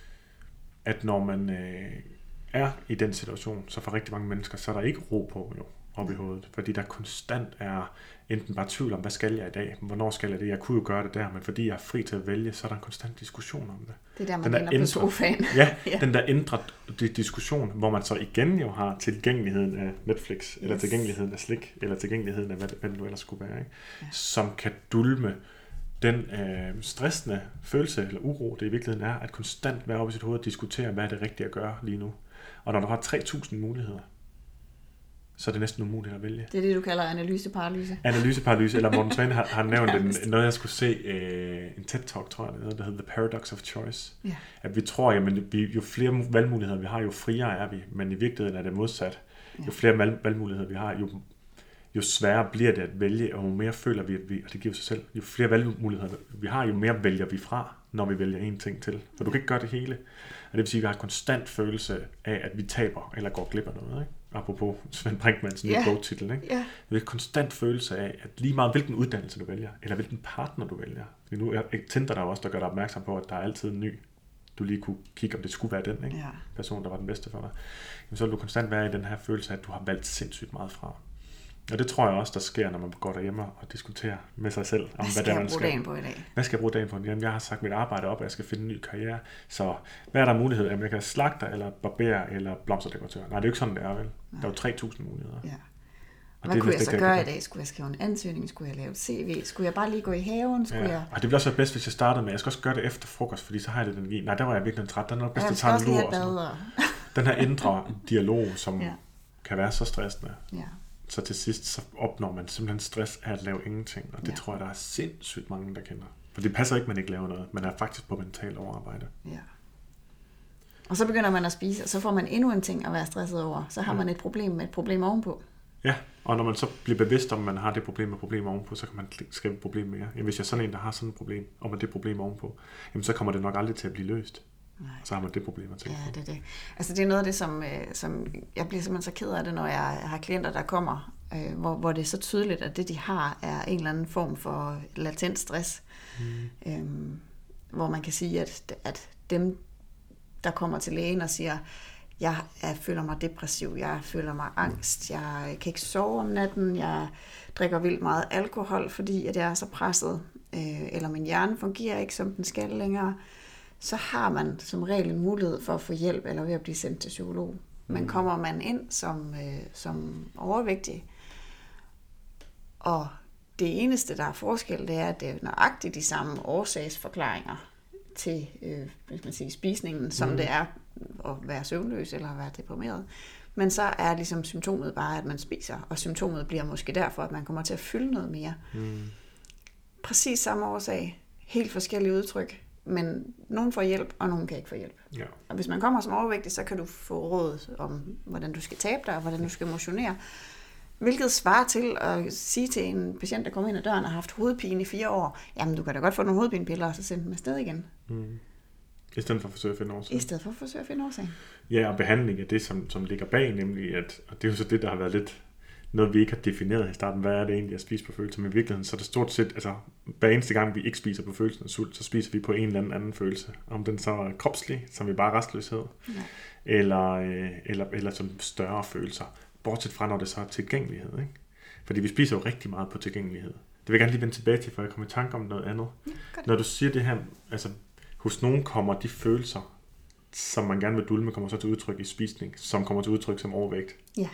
at når man er i den situation, så for rigtig mange mennesker, så er der ikke ro på jo, op i hovedet, fordi der konstant er enten bare tvivl om, hvad skal jeg i dag, hvornår skal jeg det, jeg kunne jo gøre det der, men fordi jeg er fri til at vælge, så er der en konstant diskussion om det. Det er der, man ender på sofaen. Ja, den der ændrer diskussion, hvor man så igen jo har tilgængeligheden af Netflix, eller tilgængeligheden af slik, eller tilgængeligheden af hvad det nu ellers skulle være, ikke? Ja. Som kan dulme den stressende følelse eller uro, det i virkeligheden er, at konstant være oppe i sit hoved og diskutere, hvad er det rigtige at gøre lige nu. Og når du har 3.000 muligheder, så er det næsten umuligt at vælge. Det er det, du kalder analyseparalyse. Analyseparalyse, eller Morten Svane har nævnt noget, jeg skulle se, en TED-talk, tror jeg, noget, der hedder The Paradox of Choice. Ja. At vi tror, jamen, jo flere valgmuligheder vi har, jo friere er vi, men i virkeligheden er det modsat. Jo flere valgmuligheder vi har, jo sværere bliver det at vælge, og jo mere føler vi, og det giver sig selv, jo flere valgmuligheder vi har, jo mere vælger vi fra, når vi vælger en ting til. For du kan ikke gøre det hele. Og det vil sige, at vi har en konstant følelse af, at vi taber, eller går glip af noget, ikke? Apropos Svend Brinkmanns nye bogtitel, ikke? Yeah. Det er en konstant følelse af, at lige meget hvilken uddannelse du vælger, eller hvilken partner du vælger. Fordi nu er Tinder der også, der gør dig opmærksom på, at der er altid en ny, du lige kunne kigge, om det skulle være den, ikke? Person, der var den bedste for dig. Jamen, så vil du konstant være i den her følelse af, at du har valgt sindssygt meget fra. Og det tror jeg også, der sker, når man går derhjemme og diskuterer med sig selv, om hvad det er, man skal. Hvad skal jeg bruge dagen på? Jamen, jeg har sagt mit arbejde op, og jeg skal finde en ny karriere. Så hvad er der mulighed? Jamen, jeg kan slagter, eller barbere, eller blomsterdekoratør. Nej, det er jo ikke sådan, det er, vel? Der er jo 3.000 muligheder. Ja. Og hvad kunne jeg så gøre i dag? Skulle jeg skrive en ansøgning? Skulle jeg lave et CV? Skulle jeg bare lige gå i haven? Jeg... Og det ville også være bedst, hvis jeg startede med, jeg skal også gøre det efter frokost, fordi så har jeg det den energi. Nej, der var jeg virkelig træt. Der er noget bedst at tage en lur. Den her indre dialog, som kan være så stressende. Ja. Så til sidst så opnår man simpelthen stress af at lave ingenting, og det tror jeg, der er sindssygt mange, der kender. For det passer ikke, man ikke laver noget. Man er faktisk på mental overarbejde. Ja. Og så begynder man at spise, og så får man endnu en ting at være stresset over. Så har man et problem med et problem ovenpå. Ja, og når man så bliver bevidst om, man har det problem ovenpå, så kan man skrive et problem mere. Jamen, hvis jeg er sådan en, der har sådan et problem, og man det problem ovenpå, jamen, så kommer det nok aldrig til at blive løst. Nej. Så har man det problem at tænke på. Ja, det er det. Altså det er noget af det, som jeg bliver simpelthen så ked af det, når jeg har klienter, der kommer, hvor det er så tydeligt, at det, de har, er en eller anden form for latent stress. Hvor man kan sige, at dem, der kommer til lægen og siger, jeg føler mig depressiv, jeg føler mig angst, jeg kan ikke sove om natten, jeg drikker vildt meget alkohol, fordi at jeg er så presset, eller min hjerne fungerer ikke, som den skal længere, så har man som regel en mulighed for at få hjælp, eller ved at blive sendt til psykolog. Men kommer man ind som overvægtig, og det eneste, der er forskel, det er, at det er nøjagtigt de samme årsagsforklaringer til hvis man siger, spisningen, som det er at være søvnløs eller at være deprimeret. Men så er ligesom symptomet bare, at man spiser, og symptomet bliver måske derfor, at man kommer til at fylde noget mere. Præcis samme årsag, helt forskellige udtryk, Men nogen får hjælp, og nogen kan ikke få hjælp. Ja. Og hvis man kommer som overvægtig, så kan du få råd om, hvordan du skal tabe dig, og hvordan du skal motionere. Hvilket svarer til at sige til en patient, der kommer ind ad døren og har haft hovedpine i 4 år, jamen du kan da godt få nogle hovedpinepiller, og så sende dem afsted igen. I stedet for at forsøge at finde årsagen. I stedet for at forsøge at finde årsagen. Ja, og behandling af det, som ligger bag, nemlig og det er jo så det, der har været lidt noget, vi ikke har defineret i starten. Hvad er det egentlig at spise på følelser? Men i virkeligheden, så er det stort set, altså hver eneste gang, vi ikke spiser på følelsen af sult, så spiser vi på en eller anden følelse. Om den så er kropslig, som vi bare er restløshed, eller som større følelser. Bortset fra, når det så er tilgængelighed. Ikke? Fordi vi spiser jo rigtig meget på tilgængelighed. Det vil jeg gerne lige vende tilbage til, for jeg kommer i tanke om noget andet. Når du siger det her, altså hos nogen kommer de følelser, som man gerne vil dulme, kommer så til udtryk i spisning, som kommer til udtryk som overvægt. Ja.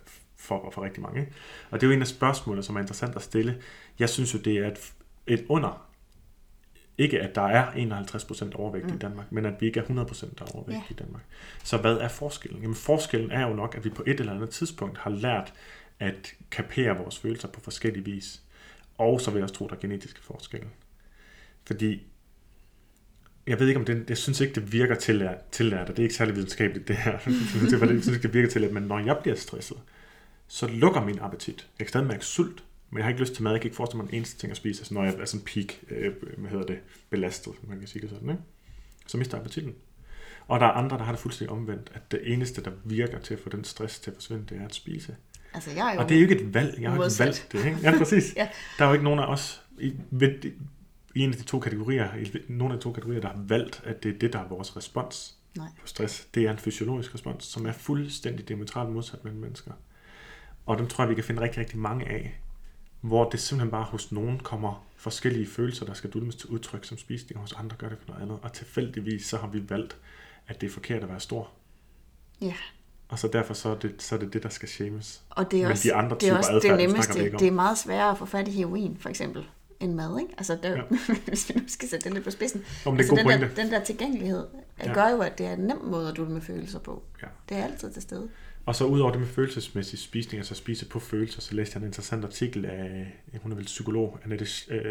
For rigtig mange. Ikke? Og det er jo en af spørgsmålene, som er interessant at stille. Jeg synes jo, det er et under. Ikke at der er 51% overvægt i Danmark, men at vi ikke er 100% der er overvægt i Danmark. Så hvad er forskellen? Jamen forskellen er jo nok, at vi på et eller andet tidspunkt har lært at kapere vores følelser på forskellige vis. Og så vil jeg også tro, der er genetiske forskelle. Fordi jeg ved ikke om det, jeg synes ikke, det virker tillært, og det er ikke særlig videnskabeligt det her. Jeg synes ikke, det virker tillært, men når jeg bliver stresset, så lukker min appetit. Jeg kan stadig mærke sult, men jeg har ikke lyst til mad. Jeg kan ikke forestille mig en eneste ting at spise, altså når jeg er sådan peak, belastet, man kan sige det sådan, ikke? Så mister jeg appetitten. Og der er andre, der har det fuldstændig omvendt, at det eneste, der virker til at få den stress til at forsvinde, det er at spise. Altså, jeg er jo og det er jo ikke et valg. Jeg har ikke valgt det, ikke? Ja, præcis. Ja. Der er jo ikke nogen af os i en af de to kategorier, nogle af de to kategorier, der har valgt, at det er det, der er vores respons på stress. Det er en fysiologisk respons, som er fuldstændig diametralt modsat mellem mennesker. Og dem tror jeg, vi kan finde rigtig, rigtig mange af, hvor det simpelthen bare hos nogen kommer forskellige følelser, der skal dulmes til udtryk som spisning, og hos andre gør det for noget andet. Og tilfældigvis så har vi valgt, at det er forkert at være stor. Ja. Og så derfor så er det, der skal shames. Og det er også, de andre det er også adfærd, det nemmeste. Det er meget sværere at få fat i heroin, for eksempel, end mad, ikke? Altså, hvis vi nu skal sætte det lidt på spidsen. Altså, den der tilgængelighed gør jo, at det er en nem måde at dulme følelser på. Ja. Det er altid til stede. Og så udover det med følelsesmæssig spisning, altså spise på følelser, så læste jeg en interessant artikel af, hun er vel psykolog, Annette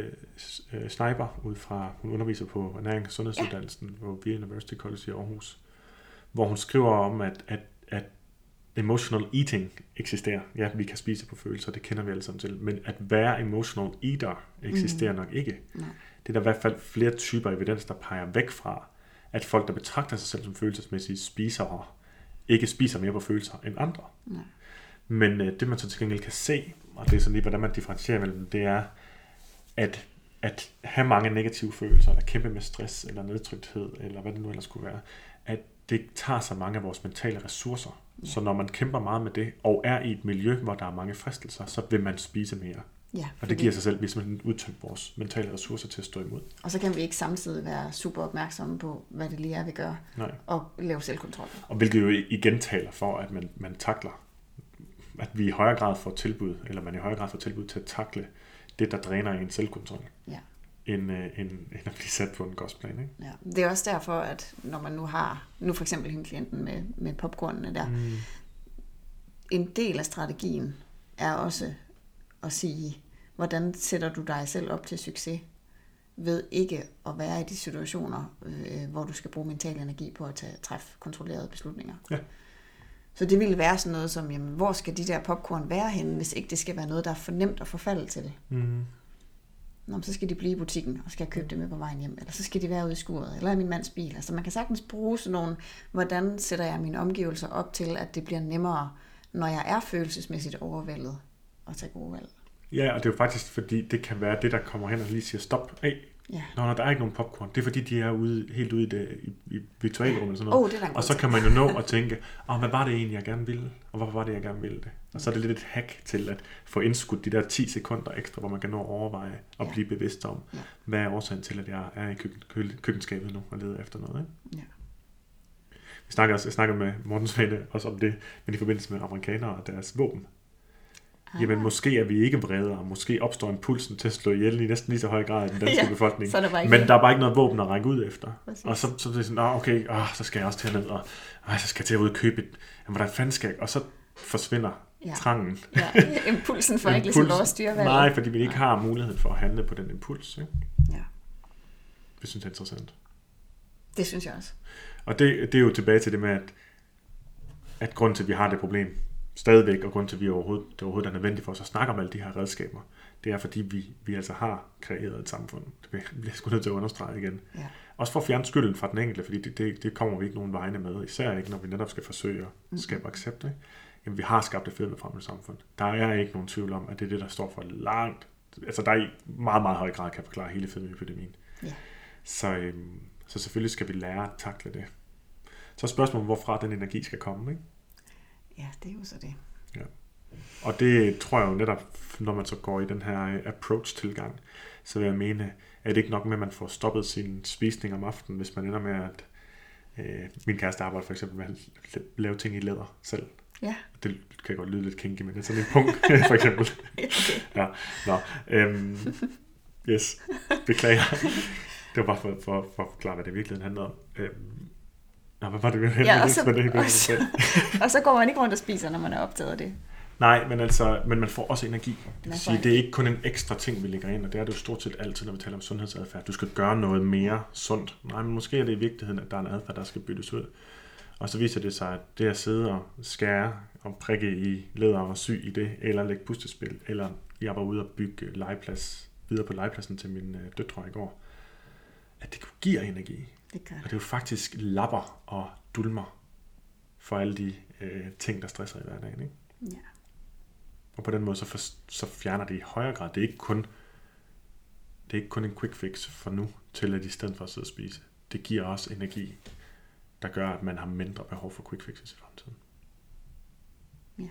Schneiber, hun underviser på ernæring- og sundhedsuddannelsen på VIA University College i Aarhus, hvor hun skriver om, at emotional eating eksisterer. Ja, vi kan spise på følelser, det kender vi alle sammen til, men at være emotional eater eksisterer nok ikke. Nej. Det er der i hvert fald flere typer evidens, der peger væk fra, at folk, der betragter sig selv som følelsesmæssige spisere, ikke spiser mere på følelser end andre. Nej. Men det man så til gengæld kan se, og det er sådan lige, hvordan man differentierer mellem dem, det er, at have mange negative følelser, eller kæmpe med stress, eller nedtrykthed, eller hvad det nu ellers skulle være, at det tager så mange af vores mentale ressourcer. Ja. Så når man kæmper meget med det, og er i et miljø, hvor der er mange fristelser, så vil man spise mere. Ja, og det giver sig selv, hvis man udtømt vores mentale ressourcer til at stå imod. Og så kan vi ikke samtidig være super opmærksomme på, hvad det lige er, vi gør, og lave selvkontrol. Og hvilket jo igen taler for, at man takler, at vi i højere grad får tilbud, eller man i højere grad får tilbud til at takle det, der dræner en selvkontrol, end at blive sat på en kostplan. Ikke? Ja. Det er også derfor, at når man nu for eksempel hende klienten med popcornene der, en del af strategien er også at sige, hvordan sætter du dig selv op til succes ved ikke at være i de situationer, hvor du skal bruge mental energi på at træffe kontrollerede beslutninger. Ja. Så det ville være sådan noget som, jamen, hvor skal de der popcorn være henne, hvis ikke det skal være noget, der er for nemt at forfalde til. Nå, så skal de blive i butikken, og skal jeg købe det med på vejen hjem, eller så skal de være ude i skuret, eller i min mands bil. Altså man kan sagtens bruge sådan nogle, hvordan sætter jeg mine omgivelser op til, at det bliver nemmere, når jeg er følelsesmæssigt overvældet, at tage gode valg. Ja, og det er jo faktisk, fordi det kan være det, der kommer hen og lige siger stop. Hey, når der er ikke nogen popcorn. Det er fordi, de er helt ude i virtualrummet eller sådan noget. Og så kan man jo nå at tænke, hvad var det egentlig, jeg gerne ville? Og hvorfor var det, jeg gerne ville det? Og så er det lidt et hack til at få indskudt de der 10 sekunder ekstra, hvor man kan nå at overveje og blive bevidst om, hvad er årsagen til, at jeg er i køkkenskabet nu og leder efter noget. Ikke? Ja. Jeg snakker med Morten Svane også om det, men i forbindelse med amerikanere og deres våben. Jamen måske er vi ikke vrede, og måske opstår impulsen til at slå ihjel i næsten lige så høj grad i den danske befolkning. Men der er bare ikke noget våben at række ud efter. Præcis. Og så er det sådan, så skal jeg også til ned, og så skal jeg til at ud og købe hvordan fanden skal jeg? Og så forsvinder trangen. Ja, impulsen får ikke ligesom lov at styre valget. Nej, fordi vi ikke har mulighed for at handle på den impuls. Ikke? Ja. Det synes jeg er interessant. Det synes jeg også. Og det er jo tilbage til det med, at grund til, at vi har det problem stadigvæk, og grund til, at det overhovedet er nødvendigt for os at snakke om alle de her redskaber, det er, fordi vi altså har kreeret et samfund. Det bliver jeg sgu nødt til at understrege igen. Ja. Også for at fjerne skylden fra den enkelte, fordi det kommer vi ikke nogen vegne med, især ikke, når vi netop skal forsøge at skabe accept. Ikke? Jamen, vi har skabt et fedmefremmende samfund. Der er ikke nogen tvivl om, at det er det, der står for langt. Altså, der er i meget, meget høj grad kan forklare hele fedmeepidemien. Ja. Så selvfølgelig skal vi lære at takle det. Så er spørgsmålet, hvorfra den energi skal komme, ikke? Ja, det er jo så det. Ja. Og det tror jeg jo netop, når man så går i den her approach-tilgang, så vil jeg mene, at det ikke nok med, at man får stoppet sin spisning om aftenen, hvis man ender med, at min kæreste arbejder for eksempel med at lave ting i læder selv. Ja. Det kan godt lyde lidt kinky, men det er sådan en punkt, for eksempel. Okay. Ja, nå. Yes, beklager. Det var bare for at forklare, hvad det virkelig handlede om. Hvad var det? Ja, og så går man ikke rundt og spiser, når man er optaget af det. Nej, men man får også energi. Det vil sige, det er ikke kun en ekstra ting, vi lægger ind, og det er det jo stort set altid, når vi taler om sundhedsadfærd. Du skal gøre noget mere sundt. Nej, men måske er det i virkeligheden, at der er en adfærd, der skal byttes ud. Og så viser det sig, at det at sidde og skære og prikke i læder og sy i det, eller lægge pustespil, eller jeg var ude og bygge legeplads, videre på legepladsen til mine døtre i går, at det giver energi. Det gør det. Og det er jo faktisk lapper og dulmer for alle de ting, der stresser i hverdagen, ikke? Ja. Og på den måde, så fjerner det i højere grad. Det er ikke kun en quick fix for nu, til at i stedet for at sidde og spise. Det giver også energi, der gør, at man har mindre behov for quick fixes i fremtiden. Ja.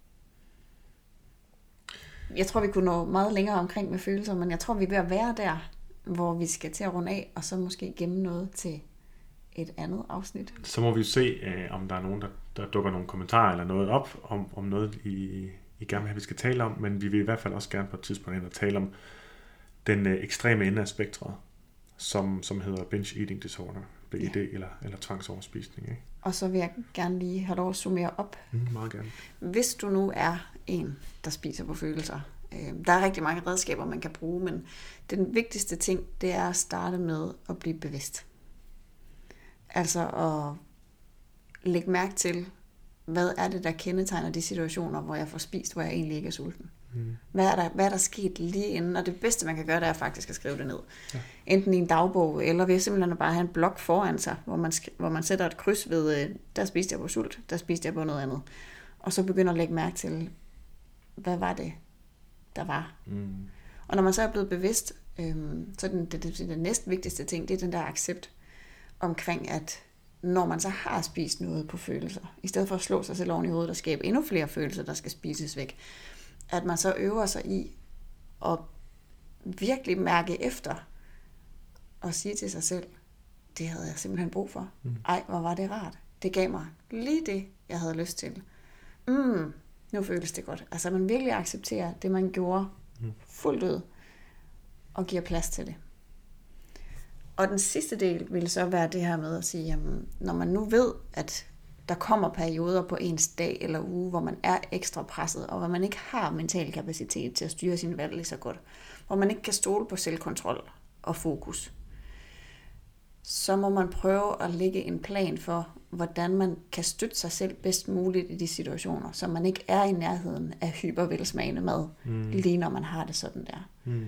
Jeg tror, vi kunne nå meget længere omkring med følelser, men jeg tror, vi er ved at være der, hvor vi skal til at runde af, og så måske gemme noget til et andet afsnit. Så må vi jo se, om der er nogen, der dukker nogle kommentarer eller noget op, om noget, I gerne vil have, vi skal tale om, men vi vil i hvert fald også gerne på et tidspunkt ind og tale om den ekstreme ende af spektret, som hedder binge eating disorder, BED, eller tvangsoverspisning. Ikke? Og så vil jeg gerne lige have lov at summere op. Meget gerne. Hvis du nu er en, der spiser på følelser, der er rigtig mange redskaber, man kan bruge, men den vigtigste ting, det er at starte med at blive bevidst. Altså at lægge mærke til, hvad er det, der kendetegner de situationer, hvor jeg får spist, hvor jeg egentlig ikke er sulten. Hvad er der sket lige inden? Og det bedste, man kan gøre, det er faktisk at skrive det ned. Ja. Enten i en dagbog, eller ved simpelthen bare have en blok foran sig, hvor man sætter et kryds ved, der spiste jeg på sult, der spiste jeg på noget andet. Og så begynder at lægge mærke til, hvad var det, der var. Og når man så er blevet bevidst, så den næst vigtigste ting, det er den der accept omkring, at når man så har spist noget på følelser, i stedet for at slå sig selv oven i hovedet og skabe endnu flere følelser, der skal spises væk, at man så øver sig i at virkelig mærke efter og sige til sig selv, det havde jeg simpelthen brug for. Ej, hvor var det rart. Det gav mig lige det, jeg havde lyst til. Nu føles det godt. Altså man virkelig accepterer det, man gjorde fuldt ud og giver plads til det. Og den sidste del vil så være det her med at sige, jamen, når man nu ved, at der kommer perioder på ens dag eller uge, hvor man er ekstra presset, og hvor man ikke har mental kapacitet til at styre sin valg lige så godt, hvor man ikke kan stole på selvkontrol og fokus, så må man prøve at lægge en plan for, hvordan man kan støtte sig selv bedst muligt i de situationer, så man ikke er i nærheden af hypervelsmagende mad, lige når man har det sådan der.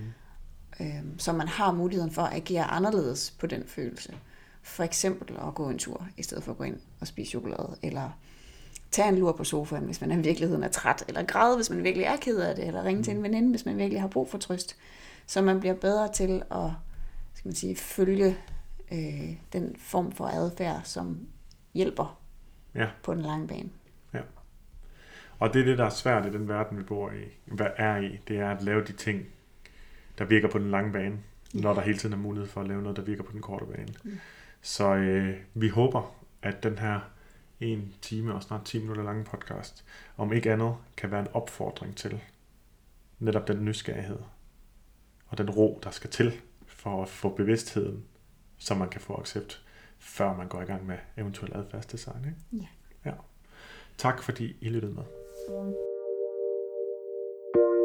Så man har muligheden for at agere anderledes på den følelse. For eksempel at gå en tur, i stedet for at gå ind og spise chokolade, eller tage en lur på sofaen, hvis man i virkeligheden er træt, eller græde, hvis man virkelig er ked af det, eller ringe til en veninde, hvis man virkelig har brug for trøst. Så man bliver bedre til at følge den form for adfærd, som hjælper på den lange bane. Ja. Og det er det, der er svært i den verden, vi bor i, det er at lave de ting, der virker på den lange bane, når der hele tiden er mulighed for at lave noget, der virker på den korte bane. Så vi håber, at den her 1 time og snart 10 minutter lange podcast, om ikke andet, kan være en opfordring til netop den nysgerrighed og den ro, der skal til for at få bevidstheden, så man kan få accept, før man går i gang med eventuel adfærdsdesign. Ikke? Ja. Tak fordi I lyttede med.